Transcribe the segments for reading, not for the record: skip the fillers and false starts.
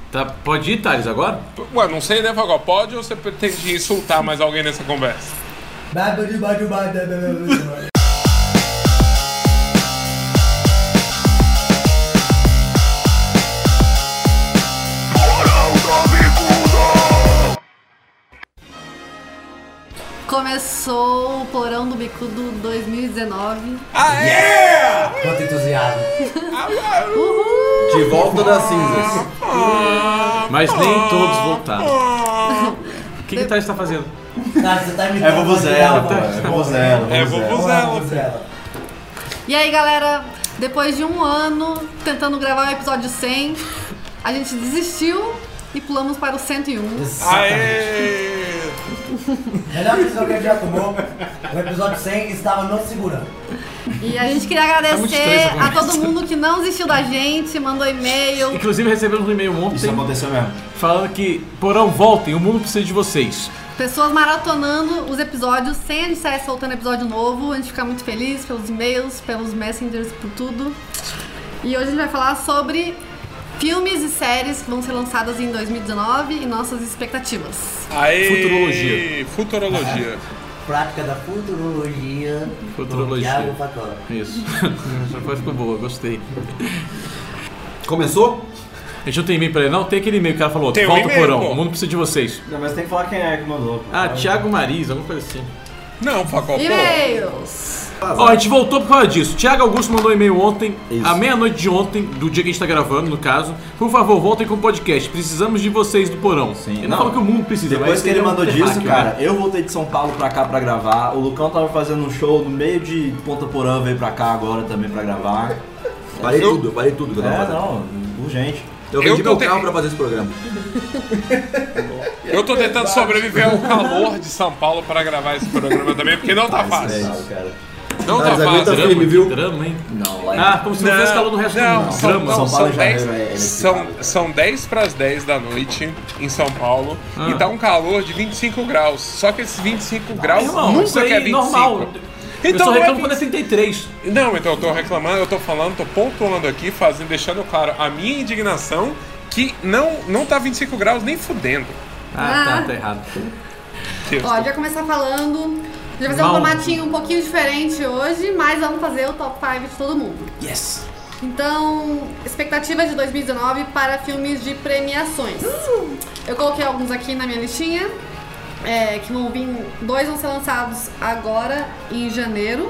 Tá, pode ir, Thales, agora? Ué, não sei, né, Fagó? Pode ou você pretende insultar mais alguém nessa conversa? Começou o Porão do Bicudo 2019. Aê! Quanto entusiasmo. Uhul! De volta das cinzas. Mas nem todos voltaram. O que Thales tá fazendo? Cara, você tá imitando. É vovuzela, pô. É vovuzela. É vovuzela. vovuzela. E aí, galera, depois de um ano tentando gravar o episódio 100, a gente desistiu e pulamos para o 101. Aê! Melhor decisão que a gente já tomou. O episódio 100 estava nos segurando. E a gente queria muito estranho agradecer essa a todo mundo que não desistiu da gente, mandou e-mail. Inclusive recebemos um e-mail Isso ontem aconteceu mesmo. falando que, Porão, voltem, o mundo precisa de vocês. Pessoas maratonando os episódios sem a gente sair soltando episódio novo. A gente fica muito feliz pelos e-mails, pelos messengers, por tudo. E hoje a gente vai falar sobre filmes e séries que vão ser lançadas em 2019 e nossas expectativas. Aê! Futurologia. Prática da futurologia. Futurologia. Thiago Facó. Isso. Essa ficou boa, gostei. Começou? A gente não tem e-mail pra ele, não? Tem aquele e-mail que ela falou, Tem um volta, e-mail, Porão, pô. o mundo precisa de vocês. Não, mas tem que falar quem é que mandou. Ah, Thiago Marisa, alguma coisa assim. Não, Fagó, pô. E-mails! Ó, a gente voltou por causa disso. Thiago Augusto mandou um e-mail ontem, Isso. à meia-noite de ontem, do dia que a gente tá gravando, no caso. Por favor, voltem com o podcast. Precisamos de vocês do Porão. Sim. Ele não falou que o mundo precisa, Depois mas que ele é um mandou terráqueo, disso, né? cara, eu voltei de São Paulo pra cá pra gravar. O Lucão tava fazendo um show no meio de Ponta Porã, veio pra cá agora também pra gravar. Parei tudo que eu tava É, fazendo. não, urgente. Eu Eu vendi tô meu te- carro pra fazer esse programa. Eu tô tentando sobreviver ao calor de São Paulo para gravar esse programa também, porque não tá fácil. cara. Não tá Mas aguenta fácil. firme, viu? Drama, hein? Não, lá em Ah, como se não tivesse calor no resto do Não, mundo. são, Drama. não, São são, Paulo e 10, Janeiro é são, inexplicável. são 10 para as 10 da noite em São Paulo e tá um calor de 25 graus. Só que esses 25 graus Irmão, isso nunca aí que é é 25. normal. Eu Então só não é reclamo quando é 25. 33. Não, então eu tô reclamando, eu tô falando, tô pontuando aqui, deixando claro a minha indignação que não tá 25 graus nem fudendo. Ah, tá errado. Ó, a gente vai começar falando. A gente vai fazer um Mal. formatinho um pouquinho diferente hoje, mas vamos fazer o top 5 de todo mundo. Yes! Então, expectativas de 2019 para filmes de premiações. Eu coloquei alguns aqui na minha listinha, que vão vir, 2 vão ser lançados agora em janeiro,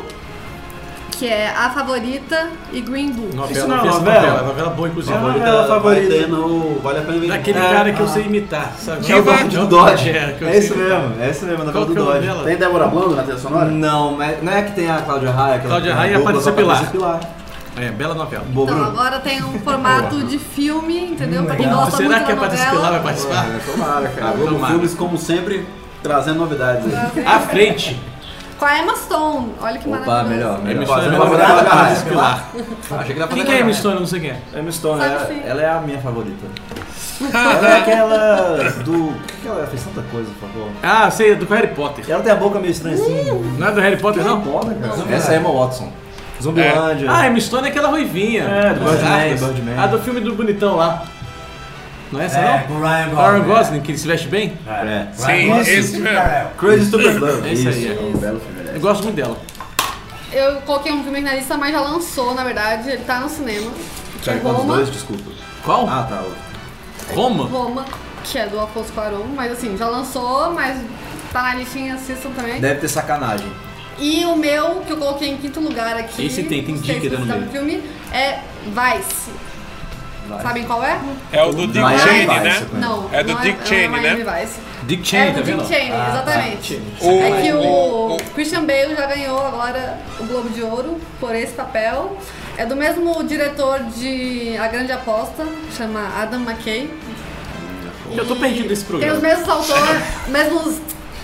que é A Favorita e Green Book. Novela, não é não essa novela? novela boa, inclusive. Novela favorita. Vai ter no Vale a Pena Ver. Daquele cara que eu sei imitar, sabe? Que vai- do Dodge. que eu É sei isso imitar. mesmo, é isso mesmo, a novela Qual do que é o Dodge. dela? Tem Débora Blando na trilha sonora? Não, não é que tem a Cláudia Raia. Cláudia Raia e a Patrícia Pilar. É, bela novela. Boa, Então, Bruno. agora tem um formato de filme, entendeu? Pra quem gosta Será muito que a da Patrícia Pilar vai novela. participar? Tomara, cara. Globo Tomara. Filmes, como sempre, trazendo novidades aí. À frente. Com a Emma Stone. Olha que Opa, maravilhoso. melhor. Emma melhor. Stone é Fazendo uma novidade novela da da Patrícia Pilar. Achei que dá pra Quem que é Emma Stone? Eu não sei quem é. Emma Stone, Sabe ela, sim. ela é a minha favorita. Ela é aquela do... O que ela fez tanta coisa, por favor? Ah, sei, é do Harry Potter. Ela tem a boca meio estranha assim. Não é do Harry Potter, não? Foda, cara. Essa é Emma Watson. Zumbilândia. Ah, Emma Stone é aquela ruivinha. É, do Birdman, Ah, Birdman. A do filme do bonitão lá. Não é essa, não? com o Ryan Ryan Gosling, que ele se veste bem? É. Sim, esse mesmo. Crazy Stupid Love. Esse aí, Isso, é. um belo filme. Eu gosto muito dela. Eu coloquei um filme aqui na lista, mas já lançou, na verdade. Ele tá no cinema. Que é Thiago, quantos Roma. dois? Desculpa. Qual? Ah, tá. Roma? Roma, que é do Afonso Cuarón. Mas assim, já lançou, mas tá na listinha, assistam também. Deve ter sacanagem. E o meu, que eu coloquei em quinto lugar aqui. Esse tem não sei dica se no vocês sabem meio. o filme, é Vice. Sabem qual é? É o do Dick Miami Cheney, Vice, né? Não. É do não Dick Cheney, não é né? Miami Vice. Dick Cheney, É tá do vendo? Dick Cheney, exatamente. O- É que o o- Christian Bale já ganhou agora o Globo de Ouro por esse papel. É do mesmo diretor de A Grande Aposta, chama Adam McKay. Eu tô perdido nesse Tem os programa. mesmos autores, mesmos.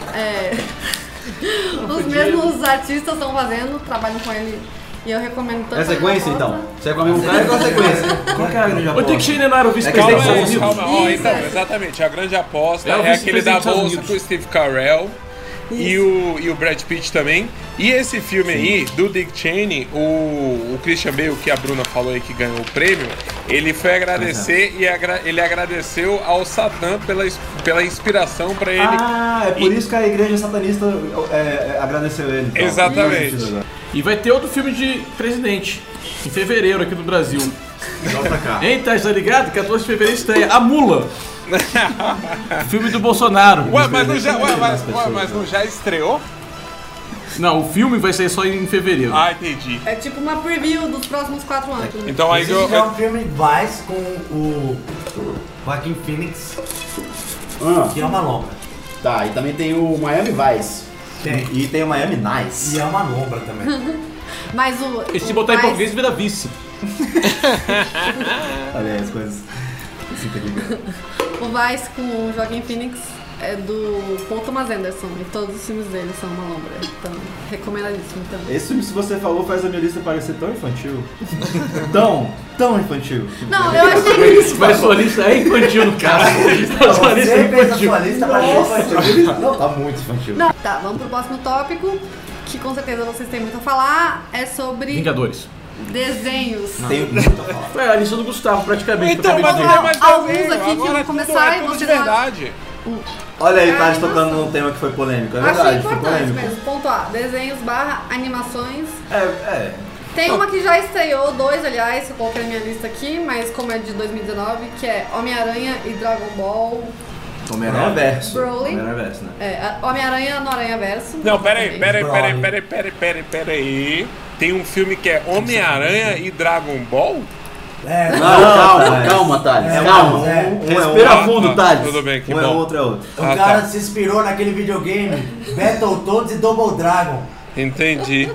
Os mesmos artistas estão fazendo, trabalham com ele. E eu recomendo tanto. É A Grande sequência, Aposta. então? Você é com a mesma cara com a sequência. Qual que é a grande O aposta? Dick Cheney não era o Calma vice-presidente dos Estados aí, Unidos? calma. Ó, Isso, então, é. exatamente. A grande aposta É o é aquele da vice-presidente dos bolsa Estados com o Steve Carell. e o Brad Pitt também. E esse filme aí, do Dick Cheney, o Christian Bale, que a Bruna falou aí que ganhou o prêmio, ele foi agradecer e ele agradeceu ao Satã pela inspiração pra ele. Ah, é por isso que a igreja satanista agradeceu ele. Então. Exatamente. E vai ter outro filme de presidente, em fevereiro aqui no Brasil. Hein, tá ligado? 14 de fevereiro estreia A Mula. Filme do Bolsonaro. Mas não já estreou? Não, o filme vai sair só em fevereiro. Ah, entendi. É tipo uma preview dos próximos 4 anos. Então aí Existe um filme Vice com o Joaquin Phoenix, que é uma lombra. Tá, e também tem o Miami Vice. Tem. E tem o Miami Nice. E é uma lombra também. Mas o. E se botar em português, vira vice. Olha aí as coisas. O Vice com o Joaquin Phoenix é do Paul Thomas Anderson e todos os filmes dele são uma lombra. Então, recomendadíssimo também. Esse filme, se você falou, faz a minha lista parecer tão infantil. tão infantil. Não, eu achei que. Mas sua lista é infantil no caso. Sua lista é Você fez a infantil. sua lista pra infantil. Não, tá muito infantil. Não, tá, vamos pro próximo tópico, que com certeza vocês têm muito a falar. É sobre Vingadores. desenhos. Tem muito a falar. É a lista do Gustavo, praticamente. Então, que eu mas acabei não de é dizer. mais Alguns desenho, aqui que agora vão é começar e tudo de vocês vão- verdade. Olha aí, Thales Animação. tocando num tema que foi polêmico. É Achei verdade, foi importante polêmico. mesmo. Ponto A, desenhos / animações. É. Tem uma que já estreou, 2 aliás, eu coloquei na minha lista aqui, mas como é de 2019, que é Homem-Aranha e Dragon Ball. Homem-Aranha Verso. Broly. Homem-Aranha Verso, né? Homem-Aranha no Aranha Verso. Não, peraí. Broly. Tem um filme que é Homem-Aranha e Dragon Ball? É, Calma, Thales. calma. Respira fundo, Thales. Tudo bem, que um bom. é outro, é outro. O Ah, cara tá. se inspirou naquele videogame Battletoads e Double Dragon. Entendi.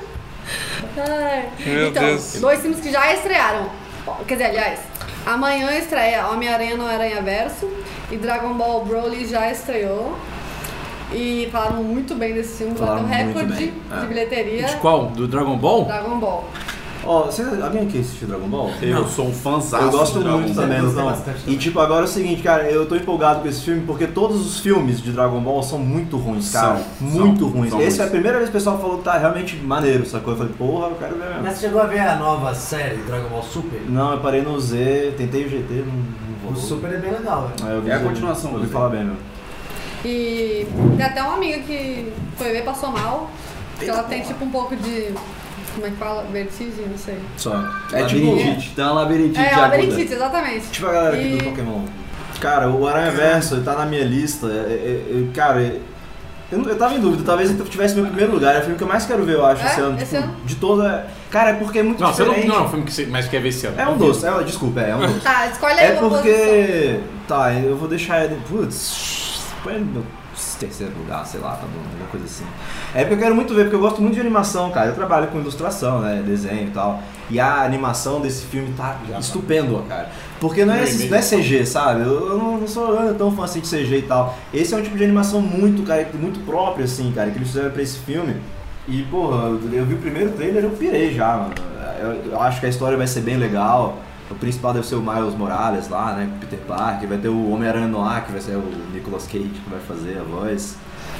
Ai. Meu então, Deus. 2 filmes que já estrearam. Quer dizer, aliás, amanhã estreia Homem-Aranha no Aranha Verso e Dragon Ball Broly já estreou. E falaram muito bem desse filme, Falaram bateu muito recorde bem. de bilheteria. De qual? Do Dragon Ball? Dragon Ball. Ó, alguém aqui assistiu Dragon Ball? Eu sou um fãzaço. Eu gosto de Dragon muito Ball. também, Eu gostei então. bastante E também. tipo, agora é o seguinte, cara, eu tô empolgado com esse filme porque todos os filmes de Dragon Ball são muito ruins, cara. Muito ruins. são Esse ruins. é a primeira vez que o pessoal falou que tá realmente maneiro, sacou? Eu falei, porra, eu quero ver mesmo. Mas você chegou a ver a nova série Dragon Ball Super? Não, eu parei no Z, tentei o GT, não O vou. Super é bem legal, velho. Aí eu vi É a Z, continuação do ouvi Z. falar bem, meu. E tem até uma amiga que foi ver e passou mal. Porque ela tem tipo um pouco de. Como é que fala? Vertigem? Não sei. Só. É tipo, Labirintite. tem uma labirintite É, aguda. labirintite, exatamente. Tipo a galera aqui E- do Pokémon. Cara, o Aranha Verso ele tá na minha lista. Cara, eu tava em dúvida, talvez ele tivesse meu primeiro lugar. É o filme que eu mais quero ver, eu acho, É? esse ano. Esse Tipo, ano? de toda. Cara, é porque é muito Não, você diferente. não é um filme que você mais quer ver esse ano. É um doce, desculpa, é um doce. Tá, escolhe aí É uma posição. porque. Tá, eu vou deixar ele. Putz, põe no meu terceiro lugar, sei lá, tá bom, alguma coisa assim. É porque eu quero muito ver, porque eu gosto muito de animação, cara. Eu trabalho com ilustração, né? Desenho e tal. E a animação desse filme tá estupendo, cara. Porque não é CG, sabe? Eu não sou tão fã assim de CG e tal. Esse é um tipo de animação muito, cara, muito próprio, assim, cara, que eles fizeram pra esse filme. E, porra, eu vi o primeiro trailer, eu pirei já, mano. Eu acho que a história vai ser bem legal. O principal deve ser o Miles Morales lá, né? Peter Parker. Vai ter o Homem-Aranha Noir, que vai ser o Nicolas Cage, que vai fazer a voz.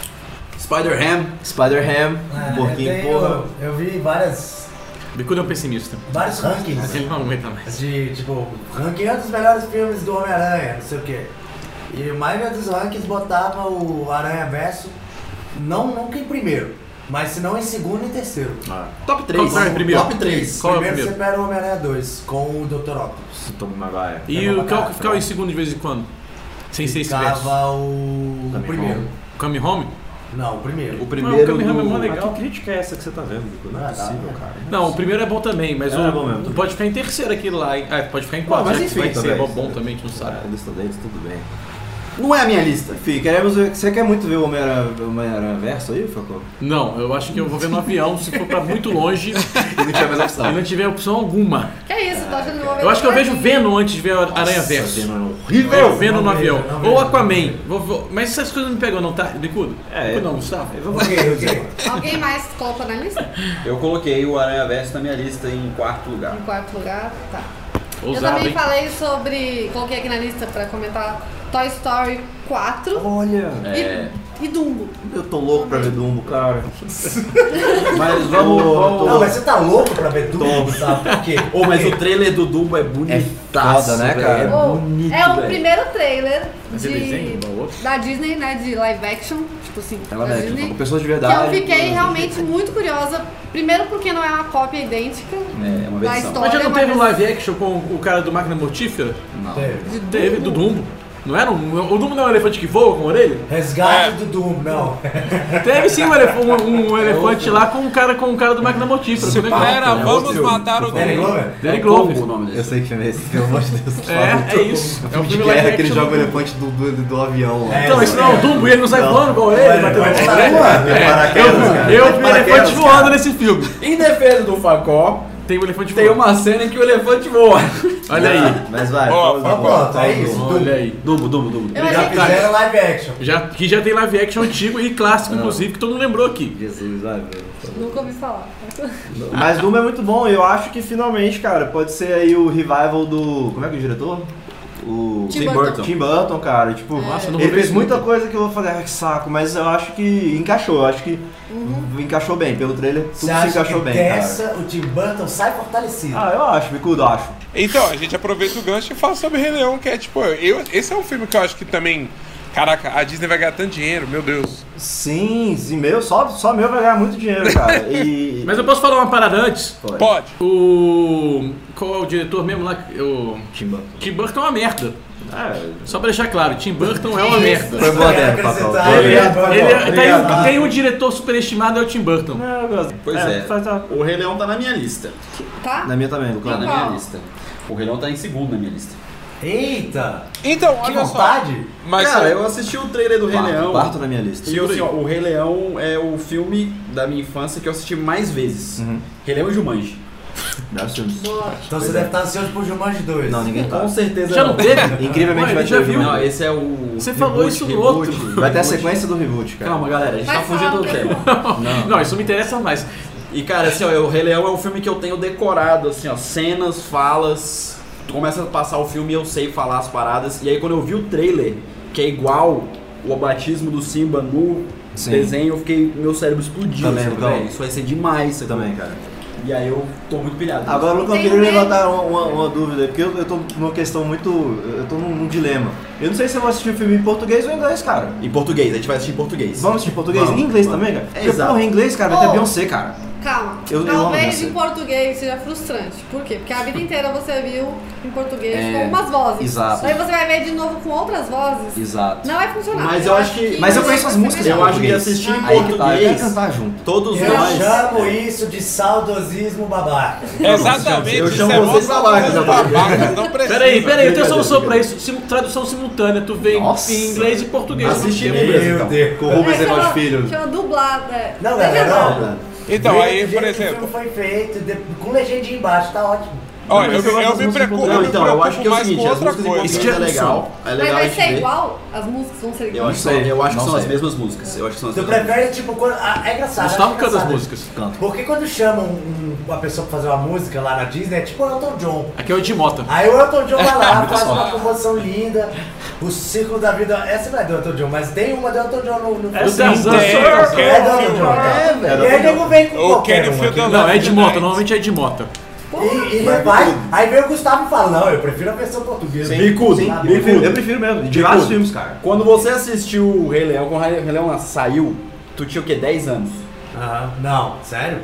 Spider-Ham. Spider-Ham, um pouquinho, porra. Eu vi vários Bicudo é um pessimista. rankings Ele não aguenta mais. de, tipo, ranking é um dos melhores filmes do Homem-Aranha, não sei o quê. E a maioria dos rankings botava o Aranha Verso, nunca em primeiro, mas se não em segundo e terceiro. Top 3. Qual é o primeiro? Top 3. Qual é o Primeiro primeiro? você pega o Homem-Aranha 2 com o Dr. Octopus. Tom Maguire. E o qual que ficava em segundo de vez em quando? Sem ser esse verso. Ficava o primeiro. Come Home? Não, o primeiro. O primeiro Não, o Kamehameha é mó do... legal. Que crítica é essa que você tá vendo? Não é possível, cara. Não, o primeiro é bom também, mas É bom mesmo. pode ficar em terceiro aqui lá. Pode ficar em Não, quarto, mas já que enfim, vai ser também. bom também, a gente não sabe. A lista deles, tudo bem. Não é a minha lista. Enfim, queremos ver. Você quer muito ver o Homem-Aranha Verso aí, Facô? Não, eu acho que eu vou ver no avião se for pra muito longe E não tinha mais e opção. não tiver opção alguma. Que é isso, tô achando que vou ver Eu acho que eu depois. vejo Venom antes de ver Aranha Verso. Venom é Horrível! horrível. Venom no Não avião. vejo, não Ou vejo. Aquaman. Mas essas coisas não me pegam não, tá? Bicudo? É, Bicudo não, Gustavo. Ok. Alguém mais colocou na lista? Eu coloquei o Aranha Verso na minha lista em quarto lugar. Em quarto lugar, tá. Eu Ousado, também hein? falei sobre, coloquei aqui na lista pra comentar, Toy Story 4 Olha, e Dumbo. eu tô louco pra ver Dumbo, cara. Mas vamos... Não, mas você tá louco pra ver Dumbo, sabe? Por quê? Ô, mas o trailer do Dumbo é bonitaço, foda, né, velho? cara? É Oh, bonito, é o velho. primeiro trailer Mas é desenho, igual o outro? da Disney, né, de live action, tipo assim, Ela da é Disney. com pessoas de Que verdade. eu fiquei realmente muito curiosa. Primeiro porque não é uma cópia idêntica É uma da versão. história. Mas já não teve um mas- live action com o cara do Máquina Mortífera? Não. Teve, do Dumbo. Não era o Dumbo não é um elefante que voa com a orelha? Resgate do Dumbo, não. Teve sim um elefante lá com o cara do Máquina Mortífera. Foi legal. Era, vamos matar o Danny Dumbo. Glover? Danny É Glover. Combo o nome Eu desse. sei que filme é esse, pelo amor de Deus. É isso. É um de filme guerra live que ele action. joga o elefante do avião lá. Então, esse não é o Dumbo e ele não sai Não. voando igual ele. Olha, bateu vai na lá, orelha. mano, paraquedas, cara. Eu vi Paraquedas, elefante cara. voando nesse filme. Em defesa do Facó, Tem o elefante tem voando. uma cena em que o elefante voa. Olha aí. Mas vai. Ó, fala- Pronto, é isso. Olha aí. Dumbo. Eu Já achei fizeram live action. Que já tem live action antigo e clássico, inclusive, que todo mundo lembrou aqui. Jesus, vai, velho. que nunca ouvi falar. Mas Dumbo é muito bom e eu acho que finalmente, cara, pode ser aí o revival do... Como é que é o diretor? O Tim Burton. Tim Burton, cara, tipo, Nossa, eu não vou ele ver fez isso muita nunca. coisa que eu vou fazer, que saco, mas eu acho que encaixou, eu acho que encaixou bem, pelo trailer, tudo Você se acha encaixou que bem, cara. dessa o Tim Burton sai fortalecido? Ah, eu acho, Bicudo, eu acho. Então, a gente aproveita o gancho e fala sobre Rei Leão, que é tipo, esse é um filme que eu acho que também, caraca, a Disney vai ganhar tanto dinheiro, meu Deus. Sim, meu, só meu vai ganhar muito dinheiro, cara. E... Mas eu posso falar uma parada antes? Pode. Qual é o diretor mesmo lá? O Tim Burton. Tim Burton é uma merda. Ah, Só pra deixar claro, Tim Burton é uma merda. Foi boa Quero ideia, Papai. acrescentar. Tem um diretor superestimado, é o Tim Burton. Não, eu gosto. Pois é. Tá. O Rei Leão tá na minha lista. Tá? Na minha também, Tá Lucas. na Qual? minha lista. O Rei Leão tá em segundo na minha lista. Eita! Então, Que olha só. vontade! Mas Cara, eu assisti o trailer do Rei Leão. Quarto na minha lista. E assim, ó, o Rei Leão é o filme da minha infância que eu assisti mais vezes. Rei Leão e Jumanji. Melhores filmes. Boa. Então você deve estar ansioso por Jumanji 2. Não, ninguém tá. Com certeza Já não teve? Incrivelmente Ué, vai ele já ter viu? Jumanji. Não, esse é o. Você falou isso no outro. Vai ter a sequência do reboot, cara. Calma, galera, a gente Vai tá fugindo do falar. tema. Não, isso me interessa mais. E cara, assim, ó, o Rei Leão é um filme que eu tenho decorado, assim, ó, cenas, falas. Tu começa a passar o filme e eu sei falar as paradas. E aí quando eu vi o trailer, que é igual o batismo do Simba no Sim. desenho, eu fiquei. Meu cérebro explodiu. Também, assim, Lucão. velho, isso vai ser demais. Você também, cara. E aí eu tô muito pilhado. Agora, Lucão, eu Tem queria medo. levantar uma dúvida, porque eu tô numa questão muito... Eu tô num dilema. Eu não sei se eu vou assistir o filme em português ou em inglês, cara. Em português, a gente vai assistir em português. Vamos assistir em português? Vamos, Em inglês vamos. também, cara? É, Porque, exato. porra, em inglês, cara, vai ter Oh. Beyoncé, cara. Calma. Eu amo Talvez você. em português seja frustrante. Por quê? Porque a vida inteira você viu em português É, com algumas vozes. exato. Aí você vai ver de novo com outras vozes. Exato. Não vai funcionar. Mas eu acho que- Mas eu conheço as músicas Eu em acho que português. assistir em Aí que tá, eu quero português, cantar junto. todos Eu nós. chamo isso de saudosismo babaca. Exatamente, Eu isso chamo é mó vocês babacas, babacas, não precisa. Peraí, eu tenho solução pra isso. Tradução simultânea, tu vê Nossa. em inglês e português. Assiste em Meu inglês, então. Deus. Com o Rubens É, Negócio chama- Filho. Chama dublada. Não, galera, Legendado. não. Então, Do aí, jeito por que exemplo, o filme foi feito, com legendinha embaixo, tá ótimo. olha, Não, mas eu eu gosto me das preocupo, músicas Não, então, eu acho que é o mais seguinte, com as outra músicas em coisa. português Isso é já legal. É Mas legal a vai gente ser ver. igual? As músicas vão ser Eu iguais? acho, eu acho que Não são as sei. mesmas músicas. Eu acho que são as Tu mesmas prefere, tipo, quando. É engraçado. Gustavo acho canta as engraçado. músicas. Canto. Porque quando chamam uma pessoa pra fazer uma música lá na Disney, é tipo o Elton John. Aqui é o Ed Mota. Aí o Elton John vai lá, faz só. uma composição linda, o círculo da vida. Essa não é do Elton John, mas tem uma do Elton John no É do filme. Tarzan. Tem, É do Elton Ken John. É, E aí nego vem com O qualquer Kenny uma. Field Não, é Ed Mota, Night. normalmente é Ed Mota. E vai, aí vem o Gustavo e fala, não, eu prefiro a versão portuguesa. Bicudo, Sim, Ah, eu prefiro mesmo. De vários filmes, cara. Quando você assistiu o Rei Leão, quando o Rei Leão saiu, tu tinha o quê? 10 anos? Aham. Não, sério?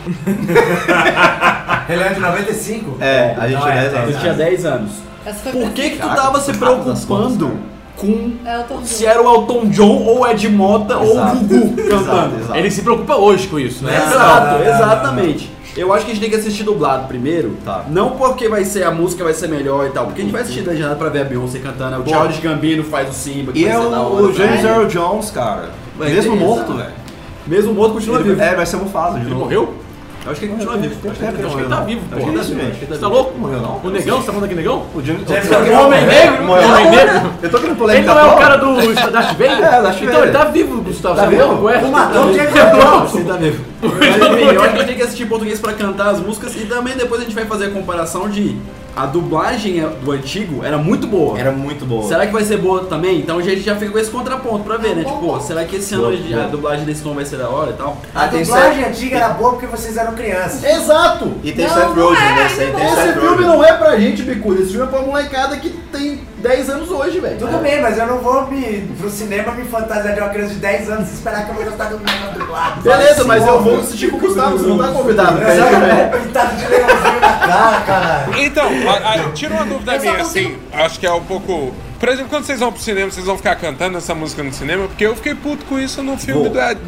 Ele é de 95? É, a gente Não, é 10 anos. Tu tinha 10 anos. Essa foi Por que que tu Caraca, tava se rápido das preocupando contas, com Elton John. se era o Elton John ou Ed Mota ou o Exato. Gugu cantando? Exato. Ele se preocupa hoje com isso, né? Exato, Não, exatamente. Eu acho que a gente tem que assistir dublado primeiro. Tá. Não porque vai ser a música vai ser melhor e tal, porque a gente vai assistir legendado pra ver a Beyoncé cantando. O Charles Gambino faz o Simba, que E vai é ser da hora. o James também. Earl Jones, cara. Vai Mesmo ter, morto, exato. velho. Mesmo morto continua vivo. É, vai ser Mufasa de Ele novo. morreu? Eu acho que ele continua vivo. Acho que Acho que ele tá vivo, Acho que porra. ele tá vivo, gente. Você tá louco? Morreu não? O negão, você tá falando aqui negão? O James James o Earl Homem Jones. Negro. O Homem Negro? Eu tô querendo Ele polêmica. não é o toda. cara do Darth Vader? É, Darth Então Vader. ele tá vivo, Gustavo. Tá Você vivo? louco, é? Tu matou o James Não. Earl Jones. Você tá vivo. Mas enfim, eu acho que a gente tem que assistir em português pra cantar as músicas e também depois a gente vai fazer a comparação de a dublagem do antigo era muito boa. Era muito boa. Será que vai ser boa também? Então a gente já fica com esse contraponto pra ver, né? Tipo, será que esse ano a dublagem desse novo vai ser da hora e tal? A dublagem antiga era boa porque vocês eram crianças. Exato! E tem Não, Seth não Rogen, é, né? ainda Tem não. Seth Esse filme Rogen. não é pra gente, Bicudo. Esse filme é pra molecada que tem 10 anos hoje, velho. Tudo bem, mas eu não vou pro cinema me fantasiar de uma criança de 10 anos e esperar que eu vou gostar do meu dublado. Beleza, mas eu vou assistir com o Gustavo, você não tá convidado. Eu só vou pintado de leãozinho na cara, caralho. Então, tira uma dúvida Eu só minha, consigo- assim, acho que é um pouco... Por exemplo, quando vocês vão pro cinema, vocês vão ficar cantando essa música no cinema? Porque eu fiquei puto com isso no filme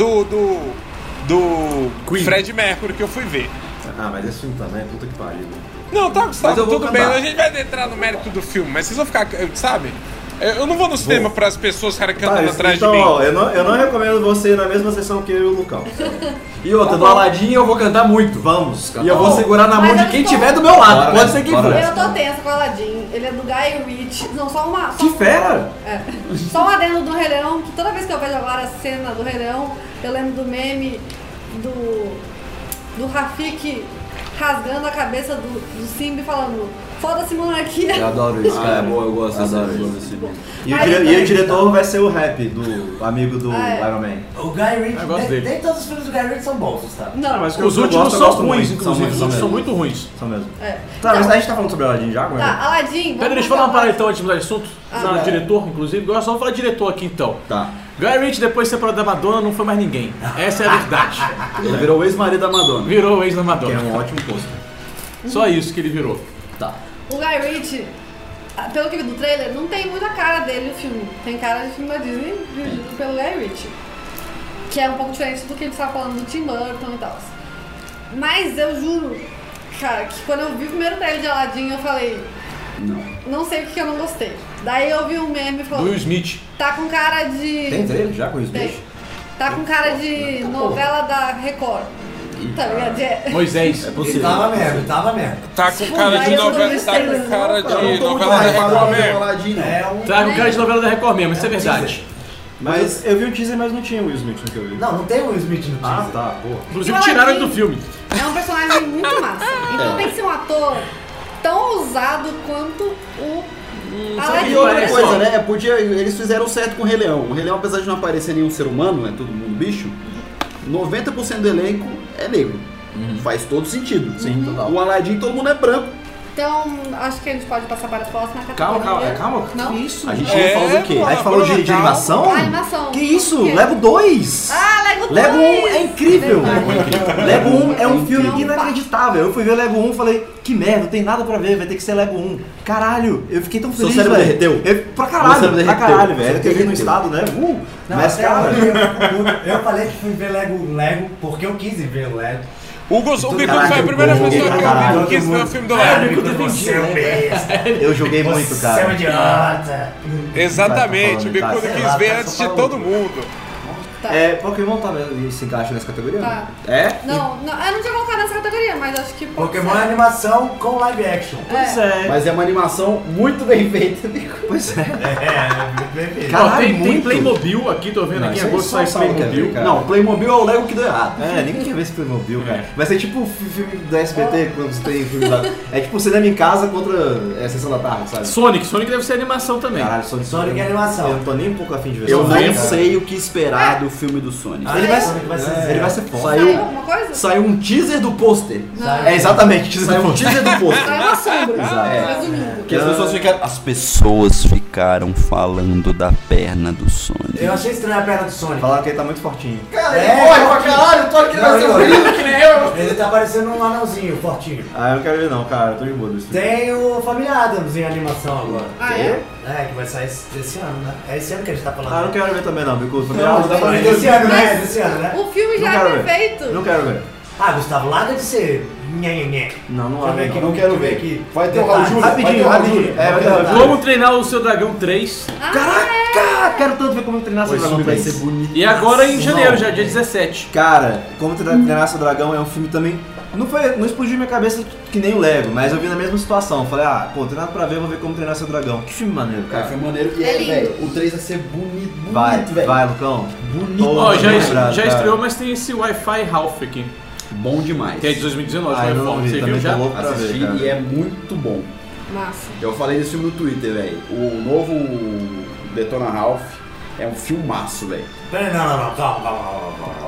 do Fred Mercury que eu fui ver. Ah, mas esse filme também, puta que pariu. Não, tá, Mas Gustavo, eu vou tudo bem, cantar. a gente vai entrar no mérito do filme, mas vocês vão ficar, sabe? Eu não vou no cinema para as pessoas ficarem cantando atrás então, de mim. ó, eu não recomendo você ir na mesma sessão que eu e o Lucão. E outra, do Aladdin eu vou cantar muito. Vamos, E eu vou segurar na Mas mão de eu quem tô- tiver do meu lado. Bora, Pode né? ser quem Bora. for. Eu tô tensa com o Aladdin, ele é do Guy Ritchie. Não, só uma. Que fera! Só um adendo do Rei Leão, que toda vez que eu vejo agora a cena do Rei Leão, eu lembro do meme do Rafik rasgando a cabeça do Simba e falando: foda-se monarquia. Eu adoro isso, cara. boa, eu gosto Adoro desse filme. E o, Mas- e o diretor vai ser o Rap, do amigo do Iron Man. O Guy Eu gosto Ritchie, dele. nem todos os filmes do Guy Ritchie são bons, Gustavo. Não, mas Os eu últimos gosto, eu são gosto ruins, muito. inclusive. Os São últimos são mesmo. muito ruins. São mesmo. É. Tá, mas a gente tá falando sobre o Aladdin já, agora? Tá, Aladdin. Pera, deixa eu falar uma parada então antes de mudar de assunto. Ah, Diretor, inclusive. Agora só vamos falar de diretor aqui então. Tá. Guy Ritchie, depois de separar da Madonna, não foi mais ninguém. Essa é a verdade. Ele virou o ex-marido da Madonna. Virou o ex da Que é Madonna. um ótimo pôster. Só isso que ele virou. Tá. O Guy Ritchie, pelo que vi do trailer, não tem muita cara dele o filme. Tem cara de filme da Disney dirigido pelo Guy Ritchie. Que é um pouco diferente do que a gente estava falando do Tim Burton e tal. Mas eu juro, cara, que quando eu vi o primeiro trailer de Aladdin, eu falei, não sei o que eu não gostei. Daí eu vi um meme Do falando, Will Smith. tá com cara de... Tem trailer já com o Smith? Tem. Tá com cara de novela da Record. Tá ligado? Moisés. Ele tava mesmo. Tá com cara de aí eu tô novela, meio tá com estranho. cara Eu de não tô muito novela da hypado Record pra ver o mesmo. Aladdin, não. É um... Tá com cara de novela da Record mesmo, isso é verdade. Mas eu vi o teaser, mas não tinha o Will Smith no que eu vi. Não tem o Will Smith no teaser. Ah, tá, porra. Inclusive E o tiraram ele Aladdin do filme. É um personagem muito massa. Então tem que ser um ator tão ousado quanto o Aladdin. E outra Parece, coisa, ó. né? Eles fizeram certo com o Rei Leão. O Rei Leão, apesar de não aparecer nenhum ser humano, é todo mundo bicho, 90% do elenco é negro. Faz todo sentido. Sim, total. O Aladdin, todo mundo é branco. Então, acho que a gente pode passar para a próxima Calma, categoria. calma. Não? Que isso? A gente não falou do quê? A gente falou de Calma. animação? Ah, animação. Que isso? O quê? Lego 2! Ah, Lego 2! Lego 1 é incrível! Verdade. Lego 1 é um filme Não, inacreditável. Eu fui ver Lego 1 e falei, que merda, não tem nada pra ver, vai ter que ser Lego 1. Caralho, eu fiquei tão Seu feliz, cérebro velho. derreteu? Pra Meu caralho, cérebro pra derreteu. caralho, velho. Eu vi no Derreteu. estado, né? Não, Mas, até cara... eu falei que fui ver Lego porque eu quis ir ver o Lego. O Bicudo Caraca, foi a primeira eu joguei pessoa pra caralho. que quis ver o filme do Ah, Lego. Bicudo, você é um besta. Eu joguei muito, Você é um cara. idiota. Exatamente, o Bicudo Tá, quis ver antes de todo mundo. Tá. É, Pokémon se encaixa nessa categoria? Tá. É? Não, eu não tinha colocado nessa categoria, mas acho que pode Pokémon ser. é animação com live action. Pois é. Mas é uma animação muito bem feita. Pois é. É, bem feito. Cara, Ó, tem muito. Playmobil aqui, tô vendo Não, aqui. isso aí Agora só sai Saulo quer Playmobil. ver, cara. Não, Playmobil é o Lego que deu errado. É, ninguém quer ver esse Playmobil, cara. Vai ser tipo o filme do SBT, quando você tem filme lá. É tipo cinema em casa contra a sessão da tarde, sabe? Sonic deve ser animação também. Caralho, Sonic é animação. Eu não tô nem um pouco afim de ver Eu Sonic, não cara. sei o que esperar do filme do Sonic. Ah, Ele vai, Sonic vai ser zero. ele vai ser foda. Saiu alguma coisa? Saiu um teaser do pôster. Não. É exatamente, Saiu um teaser do pôster. Saiu uma sombra. Exato. Resumindo. Que as pessoas ficaram. As pessoas ficaram falando da perna do Sonic. Eu achei estranha a perna do Sonic. Falaram que ele tá muito fortinho. Cara, É, ele corre pra caralho, tô aqui Não, vai ser um não. grilo que nem eu. Ele tá parecendo um anãozinho, fortinho. Ah, eu não quero ver não, cara. Eu tô de boa desse filme. Tem o Família Adams em animação agora. Ah, é? É, que vai sair esse ano, né? É esse ano que a gente tá falando. Ah, eu não quero ver também não, Bicudo. Não, tá falando desse ano, né? Desse ano, né? O filme Não já quero é ver. perfeito. Não quero ver. Ah, Gustavo, larga de ser nhenhenhen. Não, não Deixa eu ver abre aqui, não. Não quero deixa eu ver. aqui. Vai ter o Detalhes. Raul Júnior. Rapidinho, Vai ter o rapidinho. Raul É, vai Júnior. ter o Como treinar o seu dragão 3. Caraca! Quero tanto ver como treinar seu Esse dragão filme vai 3. ser bonito. E agora em janeiro, Não. já dia 17. Cara, Como Treinar Seu Dragão é um filme também. Não explodiu minha cabeça que nem o Lego, mas eu vi na mesma situação. Falei, não tem nada pra ver, vou ver Como Treinar Seu Dragão. Que filme maneiro, Cara, cara. foi maneiro. E É lindo. velho, o 3 vai ser bonito, Vai, velho. vai, Lucão. Bonito. Tô Ó, já lembrado, cara. estreou, mas tem esse Wi-Fi Ralph aqui. Bom demais. Que é de 2019, Ah, eu né? não vi, Você também viu tô já? louco pra ver, Assisti cara. e é muito bom. Massa. Eu falei desse filme no Twitter, velho. O novo Detona Ralph é um filmaço, velho. Peraí, não, calma.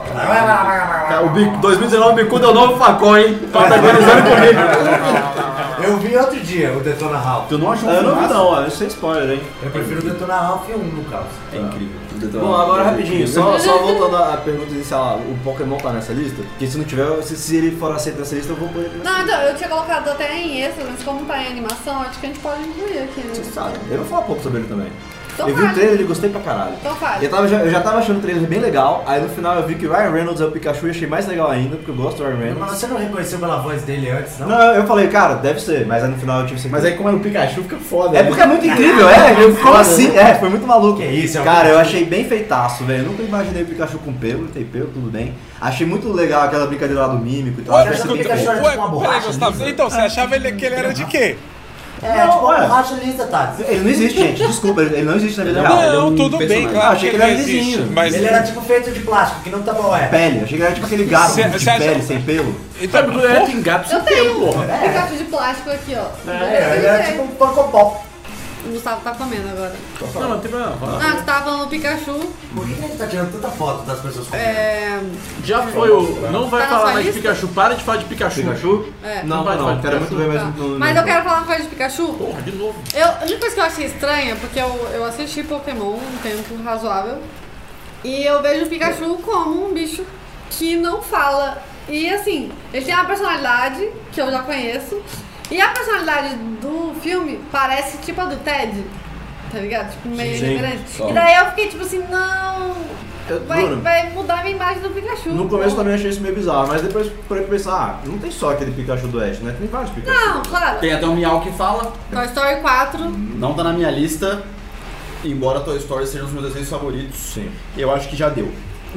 O 2019 o Bicudo deu novo facão, hein? Protagonizando comigo. Eu vi outro dia o Detona Ralph. Tu não achou um Eu não vi filmaço? não, sem spoiler, hein? Eu prefiro o Detona Ralph 1 no caso. É incrível. Bom, agora rapidinho, só voltando à pergunta inicial, o Pokémon tá nessa lista? Porque se não tiver, se ele for aceito nessa lista, eu vou pôr ele nessa Não, lista. então, eu tinha colocado até em extra, mas como tá em animação, acho que a gente pode incluir aqui, né? Você sabe, eu vou falar pouco sobre ele também. Então Eu vi o fale. trailer e gostei pra caralho. Então fale. Eu já tava achando o trailer bem legal, aí no final eu vi que o Ryan Reynolds é o Pikachu e achei mais legal ainda, porque eu gosto do Ryan Mas Reynolds. você não reconheceu pela voz dele antes, não? Não, eu falei, cara, deve ser, mas aí no final eu tive certeza. Mas aí como é no Pikachu fica foda. É né? porque é muito incrível, como assim? Foi muito maluco. Que isso, é um Cara, eu Pikachu. achei bem feitaço, velho. Eu nunca imaginei o Pikachu com pelo, tem pelo, tudo bem. Achei muito legal aquela brincadeira lá do mímico e tal. Ué, Achei mas o bem Pikachu feito. era tipo uma Peraí, borracha. Gustavo, lisa? então, você achava que ele era de quê? É, Não, tipo uma ué. borracha lisa, Tati. Ele não existe, gente. Desculpa, ele não existe na vida real. ele é Não, um tudo bem, personagem. claro Achei que que ele ele era existe, vizinho. mas... Ele era tipo feito de plástico, que não tava ué. Pele, achei que ele era tipo aquele gato Cê- de cê acha- pele, sem pelo. Então, Tem gato Eu sem pelo, tenho porra. um Pikachu de plástico aqui, ó. Ele era tipo um pancopop. O Gustavo tá comendo agora. Não, não tem problema. fala. Ah, tu tava falando do Pikachu. Por que ele tá tirando tanta foto das pessoas comendo? É. Já foi o... Não vai Tá na falar sua mais de lista? Pikachu. Para de falar de Pikachu. Pikachu? É. Não, vai não, falar de quero Pikachu. muito ver Tá. mais no... Mas eu quero falar uma coisa de Pikachu. Porra, de novo. A única coisa que eu achei estranha, porque eu assisti Pokémon um tempo razoável, e eu vejo o Pikachu como um bicho que não fala. E assim, ele tem uma personalidade que eu já conheço, e a personalidade do filme parece tipo a do Ted, tá ligado? Tipo, meio Sim, diferente. só. E daí eu fiquei tipo assim, não. Bruno, Vai mudar a minha imagem do Pikachu. no começo pô. também achei isso meio bizarro, mas depois parei pra pensar, não tem só aquele Pikachu do Ash, né? Tem vários Pikachu. Não, claro. Tem até um Miau que fala. Toy Story 4. Não tá na minha lista, embora Toy Story seja um dos meus desenhos favoritos. Sim. Eu acho que já deu.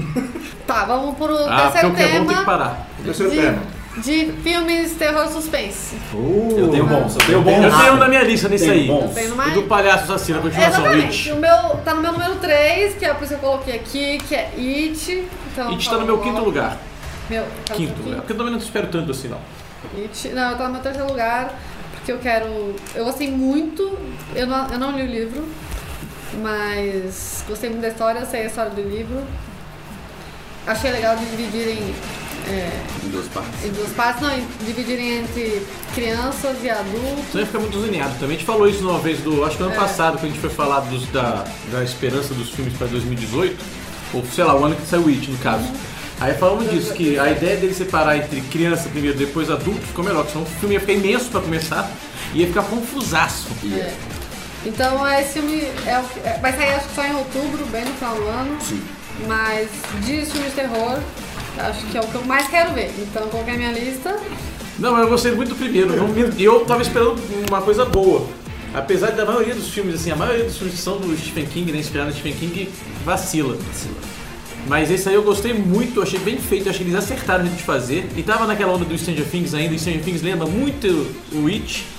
Tá, vamos pro Ah, porque terceiro o que é bom tem que tema parar. Terceiro tema. de filmes terror suspense. Eu tenho bons, eu tenho bons. Eu tenho um na minha lista nesse Tem aí. bons. Eu tenho O mais. do palhaço assassino, a continuação, Exatamente. It. O meu tá no meu número 3, que é por isso que eu coloquei aqui, que é It. Então, It tá no meu quinto lugar. Meu, tá no Quinto lugar. Porque eu também não espero tanto assim, não. It. Não, tá no meu terceiro lugar, porque eu quero. Eu gostei muito. Eu não li o livro, mas gostei muito da história, eu sei a história do livro. Achei legal de dividirem Em duas partes. em duas partes, não, dividirem entre crianças e adultos. Senão ia ficar muito zoneado também. A gente falou isso uma vez, acho que no ano É. passado, quando a gente foi falar da esperança dos filmes para 2018, ou sei lá, o ano que saiu o It, no caso. Aí falamos disso, que a ideia dele separar entre criança primeiro, depois adulto, ficou melhor, porque senão o filme ia ficar imenso para começar e ia ficar confusaço. É. Então esse filme vai sair acho que só em outubro, bem no final do ano. Sim. Mas de filmes de terror, acho que é o que eu mais quero ver. Então eu coloquei a minha lista. Não, eu gostei muito do primeiro. Eu tava esperando uma coisa boa. Apesar da maioria dos filmes, assim, a maioria dos filmes que são do Stephen King, né, inspirado no Stephen King, vacila. Mas esse aí eu gostei muito, eu achei bem feito, eu achei que eles acertaram o jeito de fazer. E tava naquela onda do Stranger Things ainda, e Stranger Things lembra muito o It.